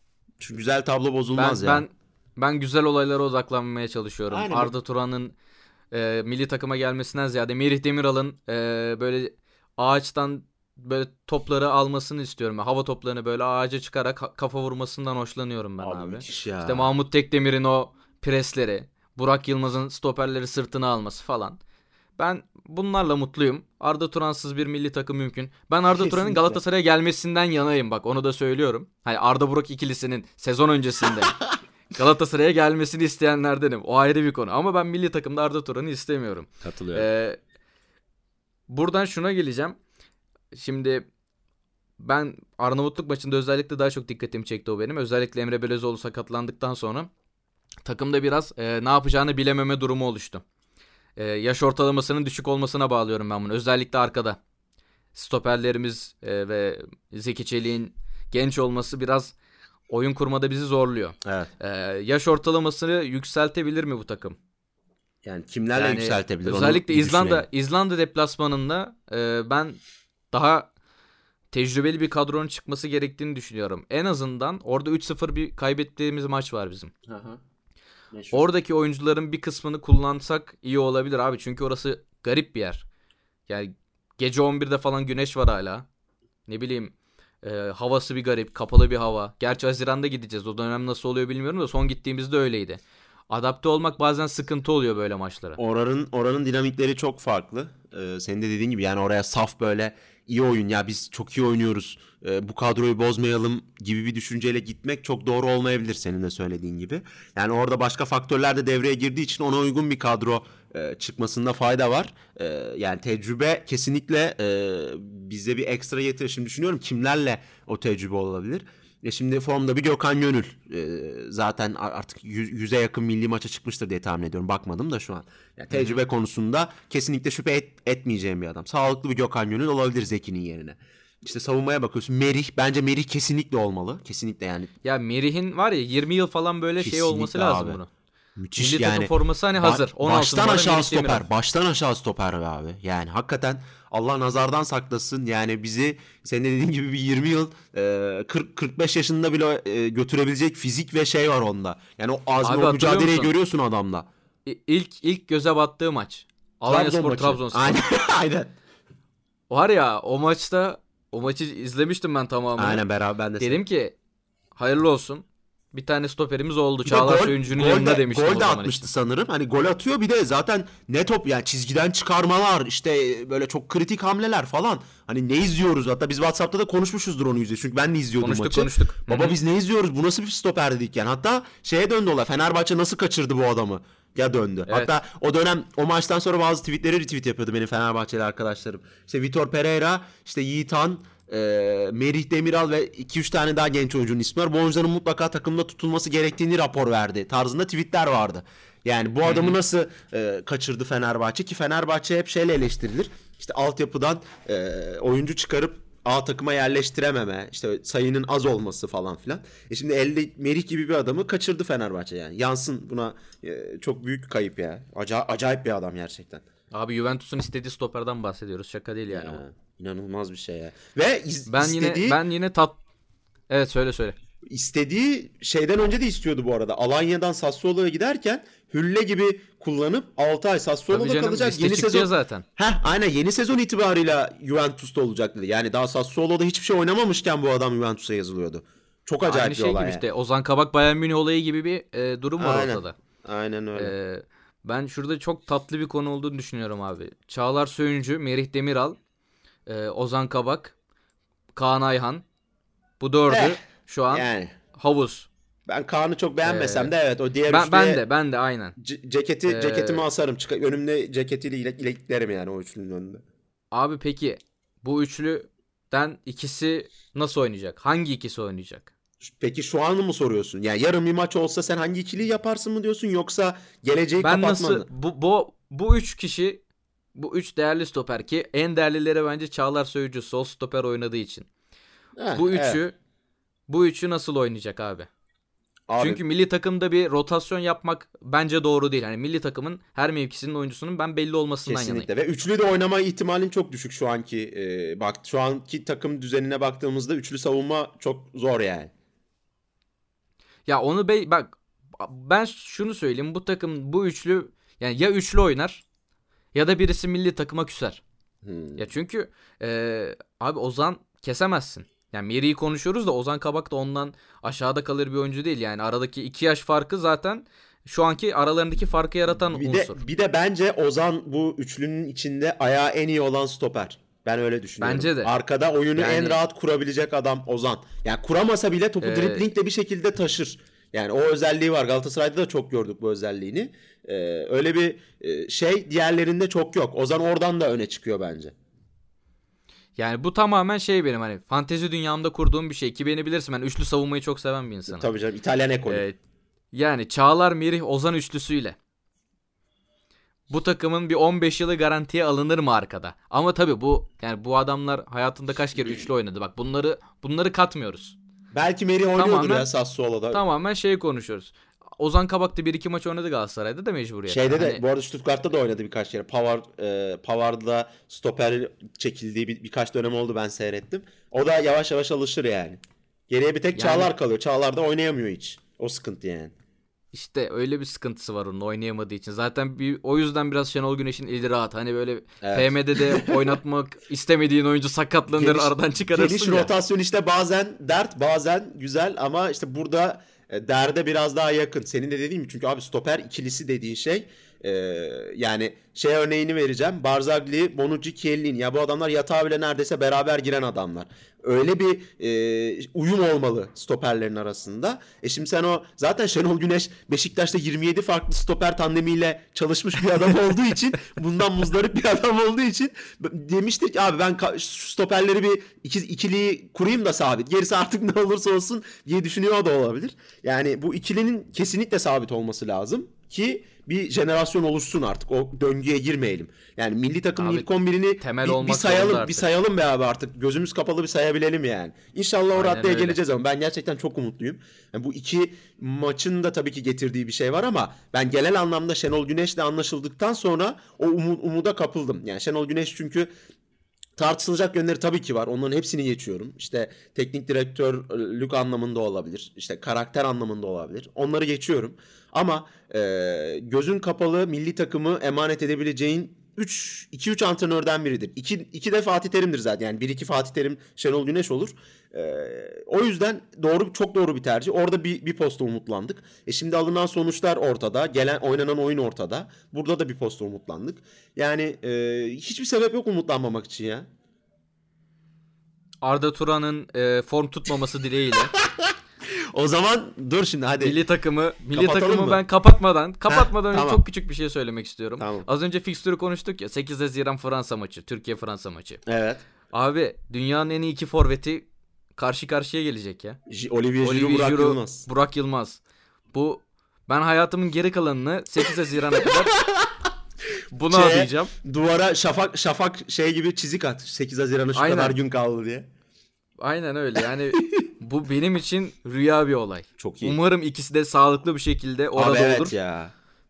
Şu güzel tablo bozulmaz ya. Ben güzel olaylara odaklanmaya çalışıyorum. Aynen. Arda Turan'ın milli takıma gelmesinden ziyade Merih Demiral'ın böyle ağaçtan böyle topları almasını istiyorum. Hava toplarını böyle ağaca çıkarak kafa vurmasından hoşlanıyorum ben abi. Müthiş ya. İşte Mahmut Tekdemir'in o presleri, Burak Yılmaz'ın stoperleri sırtına alması falan. Ben bunlarla mutluyum. Arda Turan'sız bir milli takım mümkün. Ben Arda Turan'ın Kesinlikle. Galatasaray'a gelmesinden yanayım, bak onu da söylüyorum. Hani Arda Burak ikilisinin sezon öncesinde Galatasaray'a gelmesini isteyenlerdenim. O ayrı bir konu. Ama ben milli takımda Arda Turan'ı istemiyorum. Katılıyorum. Buradan şuna geleceğim. Şimdi ben Arnavutluk maçında özellikle daha çok dikkatimi çekti o benim. Özellikle Emre Belözoğlu sakatlandıktan sonra takımda biraz ne yapacağını bilememe durumu oluştu. Yaş ortalamasının düşük olmasına bağlıyorum ben bunu. Özellikle arkada. Stoperlerimiz ve Zeki Çelik'in genç olması biraz oyun kurmada bizi zorluyor. Evet. Yaş ortalamasını yükseltebilir mi bu takım? Yani kimlerle Yani yükseltebilir? özellikle onu düşünelim. İzlanda deplasmanında ben daha tecrübeli bir kadronun çıkması gerektiğini düşünüyorum. En azından orada 3-0 bir kaybettiğimiz maç var bizim. Hı hı. Meşhur. Oradaki oyuncuların bir kısmını kullansak iyi olabilir abi. Çünkü orası garip bir yer. Yani gece 11'de falan güneş var hala. Ne bileyim, havası bir garip, kapalı bir hava. Gerçi Haziran'da gideceğiz. O dönem nasıl oluyor bilmiyorum da son gittiğimizde öyleydi. Adapte olmak bazen sıkıntı oluyor böyle maçlara. Oranın dinamikleri çok farklı. Senin de dediğin gibi yani oraya saf böyle iyi oyun ya biz çok iyi oynuyoruz. Bu kadroyu bozmayalım gibi bir düşünceyle gitmek çok doğru olmayabilir senin de söylediğin gibi. Yani orada başka faktörler de devreye girdiği için ona uygun bir kadro çıkmasında fayda var. Yani tecrübe kesinlikle bize bir ekstra getirir. Şimdi düşünüyorum kimlerle o tecrübe olabilir. Şimdi formda bir Gökhan Gönül. Zaten artık 100'e yakın milli maça çıkmıştır diye tahmin ediyorum. Bakmadım da şu an. Yani tecrübe konusunda kesinlikle şüphe etmeyeceğim bir adam. Sağlıklı bir Gökhan Gönül olabilir Zeki'nin yerine. İşte savunmaya bakıyorsun. Merih. Bence Merih kesinlikle olmalı. Kesinlikle yani. Ya Merih'in var ya 20 yıl falan böyle Kesinlikle şey olması lazım abi. bunu. Müthiş Milli yani. takım forması hani hazır. 16 Baştan numara aşağı Merih Demiral. stoper. Baştan aşağı stoper be abi. Yani hakikaten Allah nazardan saklasın. Yani bizi senin de dediğin gibi bir 20 yıl 40-45 yaşında bile götürebilecek fizik ve şey var onda. Yani o azmi, Abi o hatırlıyor mücadeleyi musun? görüyorsun adamda. İlk göze battığı maç. Alanyaspor Trabzonspor. Aynen. Aynen. Var ya o maçı izlemiştim ben tamamını. Aynen beraber ben de. Dedim ki hayırlı olsun. Bir tane stoperimiz oldu. Bir de Çağlar Söyüncü'nün yanında demiştim gol o de zaman atmıştı için. sanırım. Hani gol atıyor bir de zaten ne top yani çizgiden çıkarmalar işte böyle çok kritik hamleler falan. Hani ne izliyoruz? Hatta biz WhatsApp'ta da konuşmuşuzdur onu izliyor. Çünkü ben de izliyordum maçı. Konuştuk. Baba Hı-hı. biz ne izliyoruz? Bu nasıl bir stoper dedik yani. Hatta şeye döndü olay. Fenerbahçe nasıl kaçırdı bu adamı? Ya döndü. Evet. Hatta o dönem o maçtan sonra bazı tweetleri retweet yapıyordu benim Fenerbahçeli arkadaşlarım. İşte Vitor Pereira, işte Yiğitan, Merih Demiral ve 2-3 tane daha genç oyuncunun ismi var. Bu oyuncuların mutlaka takımda tutulması gerektiğini rapor verdi tarzında tweetler vardı. Yani bu adamı nasıl kaçırdı Fenerbahçe ki Fenerbahçe hep şeyle eleştirilir. İşte altyapıdan oyuncu çıkarıp A takıma yerleştirememe, işte sayının az olması falan filan. Şimdi elde Merih gibi bir adamı kaçırdı Fenerbahçe yani. Yansın buna çok büyük kayıp ya. Acayip bir adam gerçekten. Abi Juventus'un istediği stoperden bahsediyoruz. Şaka değil yani. Ya, inanılmaz bir şey ya. Ve Ben yine Evet, söyle. İstediği şeyden önce de istiyordu bu arada. Alanya'dan Sassuolo'ya giderken Hülle gibi kullanıp 6 ay Sassuolo'da kalacak. Yeni sezon zaten. Aynen yeni sezon itibarıyla Juventus'ta olacak dedi. Yani daha Sassuolo'da hiçbir şey oynamamışken bu adam Juventus'a yazılıyordu. Çok acayip Aynı bir şey olay gibi yani. işte Ozan Kabak Bayern Münih olayı gibi bir durum var Aynen. ortada. Aynen öyle. Ben şurada çok tatlı bir konu olduğunu düşünüyorum abi. Çağlar Söyüncü, Merih Demiral, Ozan Kabak, Kaan Ayhan. Bu dördü şu an Yani havuz. ben Kaan'ı çok beğenmesem de evet o diğer Ben de aynen. ceketimi asarım. Önümde ceketiyle ileklerim yani o üçlünün önünde. Abi peki bu üçlüden ikisi nasıl oynayacak? Hangi ikisi oynayacak? Peki şu anı mı soruyorsun? Yani yarın bir maç olsa sen hangi ikiliyi yaparsın mı diyorsun yoksa geleceği Ben kapatma nasıl mı? bu üç kişi, bu üç değerli stoper ki en değerlileri bence Çağlar Söyüncü sol stoper oynadığı için. Evet. Bu üçü nasıl oynayacak abi? Abi, Çünkü milli takımda bir rotasyon yapmak bence doğru değil. Hani milli takımın her mevkisinin oyuncusunun ben belli olmasından kesinlikle yanayım. ve üçlü de oynama ihtimalin çok düşük şu anki şu anki takım düzenine baktığımızda üçlü savunma çok zor yani. Ya bak ben şunu söyleyeyim, bu takım bu üçlü yani ya üçlü oynar ya da birisi milli takıma küser. Ya çünkü abi Ozan kesemezsin. Yani Merih'i konuşuyoruz da Ozan Kabak da ondan aşağıda kalır bir oyuncu değil. Yani aradaki 2 yaş farkı zaten şu anki aralarındaki farkı yaratan unsur. Bir de bence Ozan bu üçlünün içinde ayağı en iyi olan stoper. Ben öyle düşünüyorum. Bence de. Arkada oyunu Yani, en rahat kurabilecek adam Ozan. Yani kuramasa bile topu driblingle bir şekilde taşır. Yani o özelliği var. Galatasaray'da da çok gördük bu özelliğini. Öyle bir şey diğerlerinde çok yok. Ozan oradan da öne çıkıyor bence. Yani bu tamamen benim hani fantezi dünyamda kurduğum bir şey ki beni bilirsin, ben üçlü savunmayı çok seven bir insanım. Tabii canım, İtalyan ekolü. Yani Çağlar, Merih, Ozan üçlüsüyle bu takımın bir 15 yılı garantiye alınır mı arkada? Ama tabii bu adamlar hayatında kaç kere üçlü oynadı. Bak bunları katmıyoruz. Belki Merih oynuyordur ya Sassuolo'da. Tamamen konuşuyoruz. Ozan Kabak da 1-2 maç oynadı Galatasaray'da da mecburiyet. Şeyde de bu arada Stuttgart'ta da oynadı birkaç kere. Pavard'la stoper çekildiği birkaç dönem oldu, ben seyrettim. O da yavaş yavaş alışır yani. Geriye bir tek Çağlar kalıyor. Çağlar da oynayamıyor hiç. O sıkıntı yani. işte öyle bir sıkıntısı var onun oynayamadığı için. Zaten o yüzden biraz Şenol Güneş'in eli rahat. Hani böyle FM'de de oynatmak istemediğin oyuncu sakatlanır, aradan çıkarırsın geniş ya. rotasyon işte bazen dert, bazen güzel ama işte burada derde biraz daha yakın. Senin de dediğin gibi, çünkü abi stoper ikilisi dediğin şey yani şey örneğini vereceğim. Barzagli, Bonucci, Chiellini. Ya bu adamlar yatağa bile neredeyse beraber giren adamlar. Öyle bir uyum olmalı stoperlerin arasında. Şimdi sen zaten Şenol Güneş Beşiktaş'ta 27 farklı stoper tandemiyle çalışmış bir adam olduğu için, bundan muzdarip bir adam olduğu için demiştir ki abi ben şu stoperleri bir ikiliyi kurayım da sabit. Gerisi artık ne olursa olsun diye düşünüyor da olabilir. Yani bu ikilinin kesinlikle sabit olması lazım ki bir jenerasyon oluşsun artık. O döngüye girmeyelim. Yani milli takımın Abi, ilk 11'ini bir sayalım be abi artık. Gözümüz kapalı bir sayabilelim yani. İnşallah o raddeye geleceğiz ama ben gerçekten çok umutluyum. Yani bu iki maçın da tabii ki getirdiği bir şey var ama ben genel anlamda Şenol Güneş'le anlaşıldıktan sonra o umuda kapıldım. Yani Şenol Güneş çünkü tartışılacak yönleri tabii ki var. Onların hepsini geçiyorum. İşte teknik direktörlük anlamında olabilir. İşte karakter anlamında olabilir. Onları geçiyorum. Ama gözün kapalı milli takımı emanet edebileceğin 2-3 antrenörden biridir. 2 de Fatih Terim'dir zaten. Yani 1-2 Fatih Terim, Şenol Güneş olur. O yüzden çok doğru bir tercih. Orada bir posta umutlandık. Şimdi alınan sonuçlar ortada. Oynanan oyun ortada. Burada da bir posta umutlandık. Yani hiçbir sebep yok umutlanmamak için ya. Arda Turan'ın form tutmaması dileğiyle. O zaman dur şimdi hadi. Milli takımı mı? Ben kapatmadan önce tamam. çok küçük bir şey söylemek istiyorum. Tamam. Az önce fikstürü konuştuk ya, 8 Haziran Fransa maçı, Türkiye-Fransa maçı. Evet. Abi dünyanın en iyi iki forveti karşı karşıya gelecek ya. Olivier Giroud, Burak Yılmaz. Ben hayatımın geri kalanını 8 Haziran'a kadar bunu adayacağım. Duvara şafak şey gibi çizik at. 8 Haziran'a şu kadar gün kaldı diye. Aynen öyle yani. Bu benim için rüya bir olay. Çok iyi. Umarım ikisi de sağlıklı bir şekilde orada olur. Evet ya.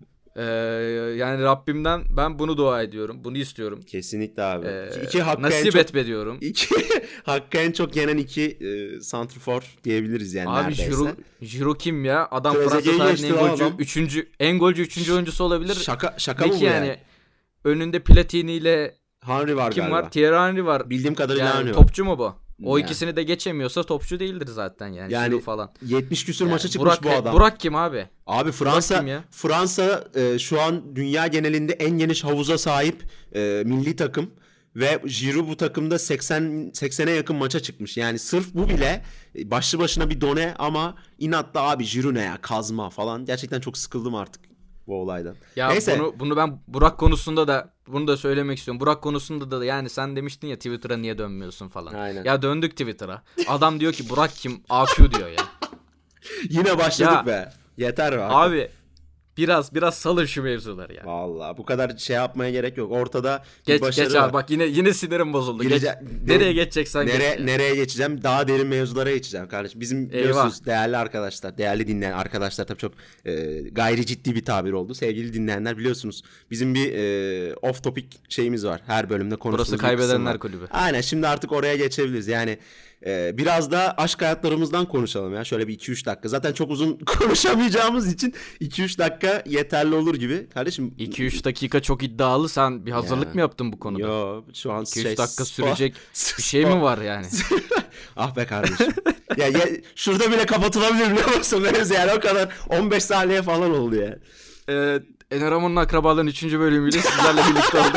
Yani Rabbimden ben bunu dua ediyorum. Bunu istiyorum. Kesinlikle abi. Nasip etme diyorum. Hakkı en çok yenen iki santrfor diyebiliriz yani abi neredeyse. Giroud kim ya? Adam Fransa tarihinin en golcü 3. oyuncusu olabilir. Şaka mı bu yani? Önünde Platini ile Henry var kim galiba. var? Thierry Henry var. Bildiğim kadarıyla yani Henry var. Topçu mu bu? O ikisini de geçemiyorsa topçu değildir zaten yani falan. 70 küsur maça çıkmış bu adam. Burak kim abi? Abi Fransa şu an dünya genelinde en geniş havuza sahip milli takım ve Giroud bu takımda 80'e yakın maça çıkmış. Yani sırf bu bile başlı başına bir done ama inatla abi Giroud ne ya, kazma falan. Gerçekten çok sıkıldım artık bu olaydan. Ya neyse. Bunu ben Burak konusunda da bunu da söylemek istiyorum. Burak konusunda da yani sen demiştin ya Twitter'a niye dönmüyorsun falan. Aynen. Ya döndük Twitter'a. Adam diyor ki Burak kim? AQ diyor ya. Yine başladık be. Yeter be. Abi biraz salın şu mevzuları ya. Vallahi bu kadar şey yapmaya gerek yok. Ortada geç başarı abi bak yine sinirim bozuldu. Nereye geçeceksen geç. Nereye geçeceğim? Daha derin mevzulara geçeceğim kardeşim. Bizim biliyorsunuz değerli arkadaşlar, değerli dinleyen arkadaşlar, tabii çok gayri ciddi bir tabir oldu. Sevgili dinleyenler, biliyorsunuz bizim bir off topic şeyimiz var. Her bölümde konuştuğumuz. Burası Kaybedenler Kulübü. Aynen, şimdi artık oraya geçebiliriz. Yani biraz da aşk hayatlarımızdan konuşalım ya. Şöyle bir 2-3 dakika. Zaten çok uzun konuşamayacağımız için 2-3 dakika yeterli olur gibi. Kardeşim 2-3 dakika çok iddialı. Sen bir hazırlık mı yaptın bu konuda? Yo, şu an 2-3 dakika sürecek bir şey mi var yani? Ah be kardeşim. ya şurada bile kapatılabilir biliyor musun? Yani o kadar 15 saniye falan oldu ya. Eneram'ın akrabaların 3. bölümüyle sizlerle birlikte olduk.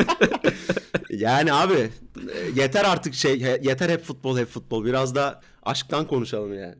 Yani abi yeter artık yeter hep futbol. Biraz da aşktan konuşalım yani.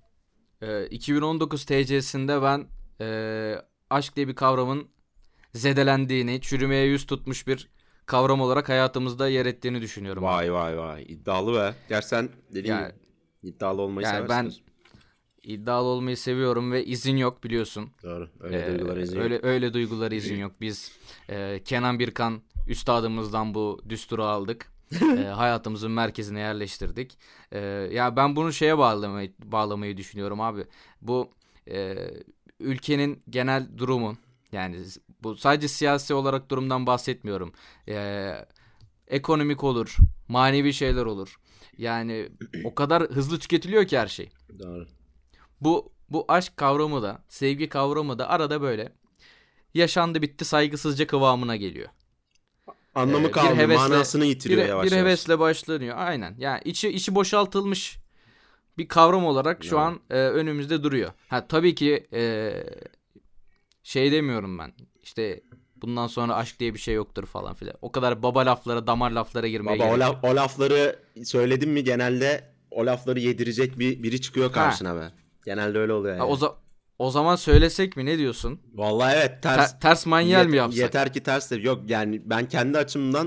2019 TC'sinde ben aşk diye bir kavramın zedelendiğini, çürümeye yüz tutmuş bir kavram olarak hayatımızda yer ettiğini düşünüyorum. Vay iddialı be. Gerçekten dediğim gibi iddialı olmayı seversin. Ben iddialı olmayı seviyorum ve izin yok biliyorsun. Doğru. Öyle duygulara izin yok. Öyle duygulara izin yok. Biz Kenan Birkan üstadımızdan bu düsturu aldık. Hayatımızın merkezine yerleştirdik. Ya ben bunu şeye bağlamayı düşünüyorum abi. Bu ülkenin genel durumun, yani bu sadece siyasi olarak durumdan bahsetmiyorum. Ekonomik olur, manevi şeyler olur. Yani o kadar hızlı tüketiliyor ki her şey. Doğru. Bu bu aşk kavramı da, sevgi kavramı da arada böyle yaşandı bitti saygısızca kıvamına geliyor. Anlamı kalmıyor, manasını yitiriyor yavaş bir yavaş. hevesle başlanıyor. Aynen. Yani içi boşaltılmış bir kavram olarak şu an önümüzde duruyor. Ha tabii ki şey demiyorum ben. İşte bundan sonra aşk diye bir şey yoktur falan filan. O kadar baba laflara, damar laflara girmeye gerek yok. O lafları söyledim mi genelde o lafları yedirecek biri çıkıyor karşına be. Genelde öyle oluyor yani. O zaman söylesek mi, ne diyorsun? Vallahi evet, ters manyel mi yapsak? Yeter ki ters de yok yani, ben kendi açımdan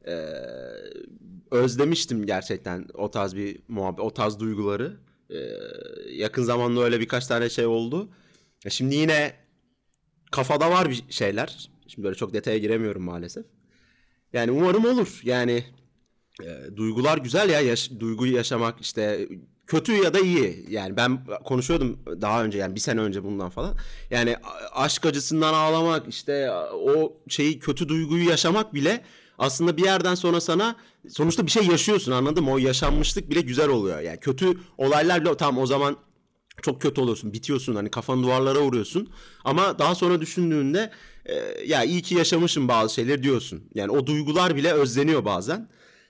özlemiştim gerçekten o tarz bir muhabbet, o tarz duyguları. Yakın zamanda öyle birkaç tane şey oldu. Şimdi yine kafada var bir şeyler. Şimdi böyle çok detaya giremiyorum maalesef. Yani umarım olur. Yani duygular güzel ya, duyguyu yaşamak işte, kötü ya da iyi. Yani ben konuşuyordum daha önce, yani bir sene önce bundan falan. Yani aşk acısından ağlamak, işte o şeyi, kötü duyguyu yaşamak bile aslında bir yerden sonra sana sonuçta bir şey yaşıyorsun, anladın mı? O yaşanmışlık bile güzel oluyor. Yani kötü olaylar bile, tamam o zaman çok kötü oluyorsun, bitiyorsun, hani kafanı duvarlara vuruyorsun. Ama daha sonra düşündüğünde ya iyi ki yaşamışım bazı şeyler diyorsun. Yani o duygular bile özleniyor bazen.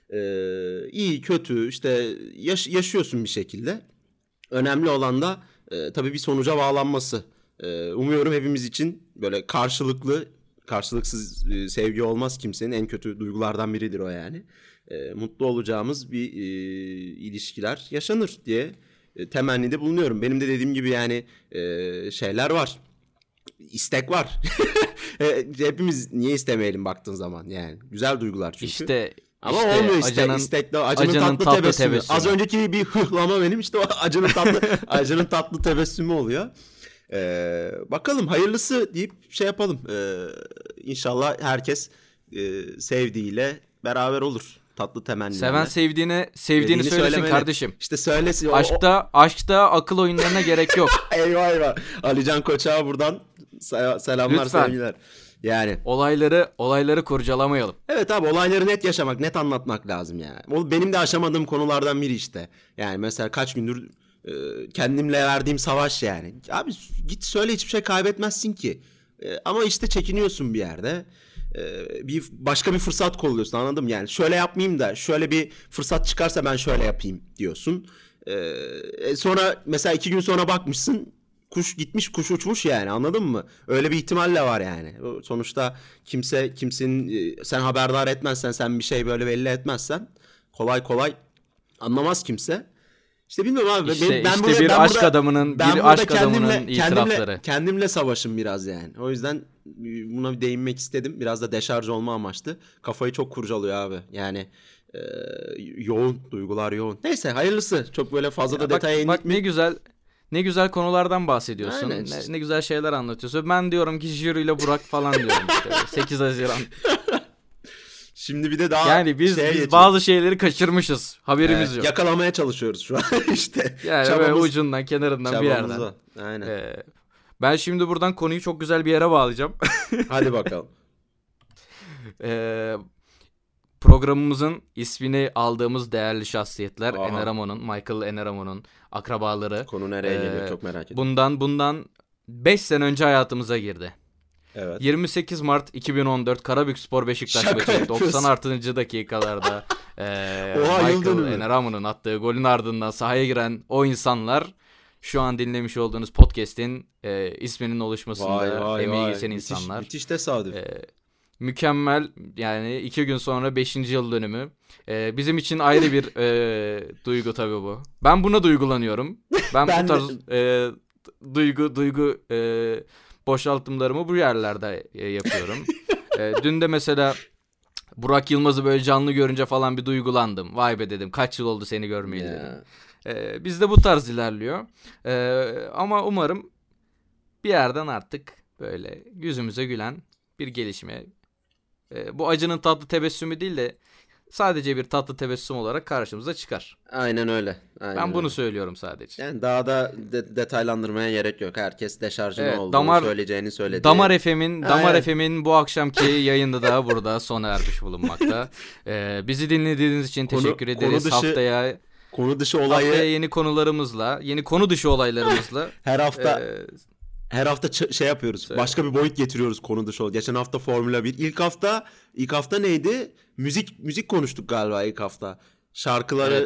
İyi kötü işte yaşıyorsun bir şekilde. Önemli olan da tabii bir sonuca bağlanması. Umuyorum hepimiz için böyle karşılıksız sevgi olmaz kimsenin, en kötü duygulardan biridir o yani. Mutlu olacağımız bir ilişkiler yaşanır diye temennide bulunuyorum. Benim de dediğim gibi yani şeyler var. İstek var. Hepimiz niye istemeyelim baktığın zaman yani. Güzel duygular çünkü. Ama olmuyor acının tatlı tebessümü. Az önceki bir hıhlama benim, işte o acının tatlı tebessümü oluyor. Bakalım hayırlısı deyip şey yapalım. İnşallah herkes sevdiğiyle beraber olur. Tatlı temennilerle. Seven sevdiğini söylesin kardeşim. İşte söylesin. Aşkta akıl oyunlarına gerek yok. Eyvah. Alican Koçak'a buradan selamlar, lütfen. Sevgiler. Yani olayları kurcalamayalım. Evet abi, olayları net yaşamak, net anlatmak lazım yani. O benim de aşamadığım konulardan biri işte. Yani mesela kaç gündür kendimle verdiğim savaş yani. Abi git söyle, hiçbir şey kaybetmezsin ki. Ama işte çekiniyorsun bir yerde. Başka bir fırsat kolluyorsun, anladın mı? Yani şöyle yapmayayım da şöyle bir fırsat çıkarsa ben şöyle yapayım diyorsun. Sonra mesela 2 gün sonra bakmışsın, kuş gitmiş, kuş uçmuş yani, anladın mı? Öyle bir ihtimalle var yani. Sonuçta kimsenin sen haberdar etmezsen, sen bir şey böyle belli etmezsen kolay kolay anlamaz kimse. İşte bilmiyorum abi. Bir aşk adamının itirafları. Kendimle savaşım biraz yani. O yüzden buna bir değinmek istedim. Biraz da deşarj olma amaçlı. Kafayı çok kurcalıyor abi. Yani yoğun, duygular yoğun. Neyse hayırlısı. Çok böyle fazla da detaya indik. Bak ne güzel konulardan bahsediyorsun. Ne güzel şeyler anlatıyorsun. Ben diyorum ki Jiro ile Burak falan diyorum işte. 8 Haziran. Şimdi bir de daha yani biz bazı şeyleri kaçırmışız. Haberimiz yok. Yakalamaya çalışıyoruz şu an işte. Yani böyle ucundan, kenarından bir yerden. Aynen. Ben şimdi buradan konuyu çok güzel bir yere bağlayacağım. Hadi bakalım. Programımızın ismini aldığımız değerli şahsiyetler, Aha. Michael Eneramo'nun akrabaları. Konu nereye geliyor çok merak ediyorum. Bundan 5 sene önce hayatımıza girdi. Evet. 28 Mart 2014 Karabükspor Beşiktaş maçı 96. dakikalarda Michael Eneramo'nun attığı golün ardından sahaya giren o insanlar şu an dinlemiş olduğunuz podcast'in isminin oluşmasında emeği geçen insanlar. Müthiş tesadüf. Mükemmel yani 2 gün sonra 5. yıl dönümü. Bizim için ayrı bir duygu tabii bu. Ben buna duygulanıyorum. Ben bu tarz duygu boşaltımlarımı bu yerlerde yapıyorum. Dün de mesela Burak Yılmaz'ı böyle canlı görünce falan bir duygulandım. Vay be dedim, kaç yıl oldu seni görmeyeli dedim. Bizde bu tarz ilerliyor. Ama umarım bir yerden artık böyle yüzümüze gülen bir gelişme. Bu acının tatlı tebessümü değil de sadece bir tatlı tebessüm olarak karşımıza çıkar. Aynen öyle. Ben bunu söylüyorum sadece. Yani daha da detaylandırmaya gerek yok. Herkes deşarjını olduğunu, söyleyeceğini söyledi. Damar FM'in bu akşamki yayında da burada sona ermiş bulunmakta. Bizi dinlediğiniz için teşekkür ederiz. Konu dışı olayı Haftaya yeni konularımızla, yeni konu dışı olaylarımızla her hafta e, her hafta şey yapıyoruz. Söyle. Başka bir boyut getiriyoruz konu dışı. Geçen hafta Formula 1. İlk hafta neydi? Müzik konuştuk galiba ilk hafta. Şarkıları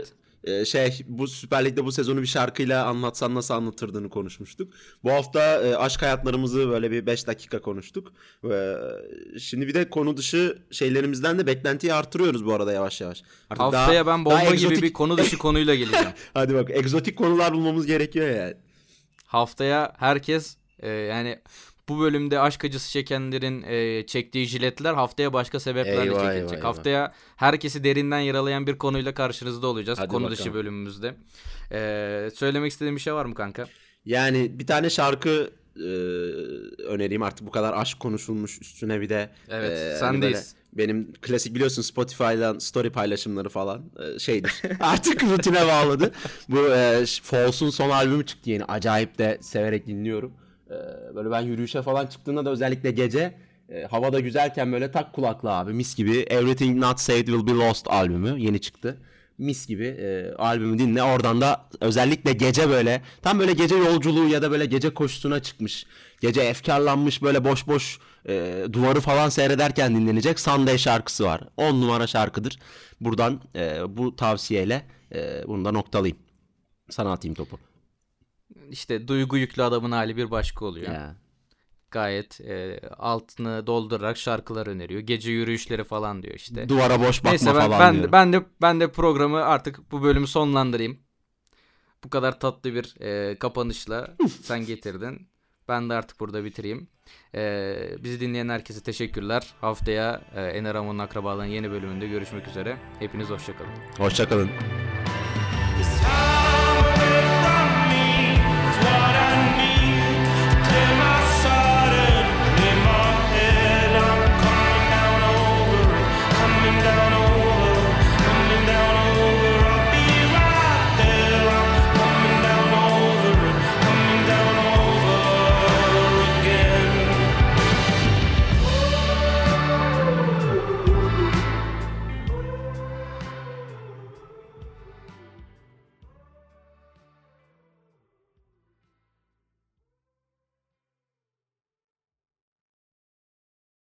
bu Süper Lig'de bu sezonu bir şarkıyla anlatsan nasıl anlatırdığını konuşmuştuk. Bu hafta aşk hayatlarımızı böyle bir 5 dakika konuştuk. Şimdi bir de konu dışı şeylerimizden de beklentiyi artırıyoruz bu arada yavaş yavaş. Artık haftaya ben bomba gibi bir konu dışı konuyla geleceğim. Hadi bak, egzotik konular bulmamız gerekiyor yani. Haftaya herkes yani bu bölümde aşk acısı çekenlerin çektiği jiletler haftaya başka sebeplerle çekilecek. Eyvah. Haftaya herkesi derinden yaralayan bir konuyla karşınızda olacağız. Hadi konu bakalım. dışı bölümümüzde. Söylemek istediğin bir şey var mı kanka? Yani bir tane şarkı önereyim, artık bu kadar aşk konuşulmuş üstüne bir de Evet, hani sendeyiz. benim klasik biliyorsun Spotify'dan story paylaşımları falan şeydir. Artık rutine bağladı. Bu Falls'un son albümü çıktı yeni. Acayip de severek dinliyorum. Böyle ben yürüyüşe falan çıktığımda da özellikle gece hava da güzelken böyle tak kulaklığa abi, mis gibi. Everything Not Said Will Be Lost albümü yeni çıktı. Mis gibi albümü dinle. Oradan da özellikle gece böyle tam böyle gece yolculuğu ya da böyle gece koşusuna çıkmış, gece efkarlanmış, böyle boş boş duvarı falan seyrederken dinlenecek Sunday şarkısı var. 10 numara şarkıdır. Buradan bu tavsiyeyle bunu da noktalayayım. Sana atayım topu. İşte duygu yüklü adamın hali bir başka oluyor. Ya. Gayet altını doldurarak şarkılar öneriyor. Gece yürüyüşleri falan diyor işte. Duvara boş bakma Neyse falan diyor. ben de programı artık bu bölümü sonlandırayım. Bu kadar tatlı bir kapanışla sen getirdin. Ben de artık burada bitireyim. Bizi dinleyen herkese teşekkürler. Haftaya Ener Amon'un Akrabalarının yeni bölümünde görüşmek üzere. Hepiniz hoşçakalın. Hoşçakalın. It's time.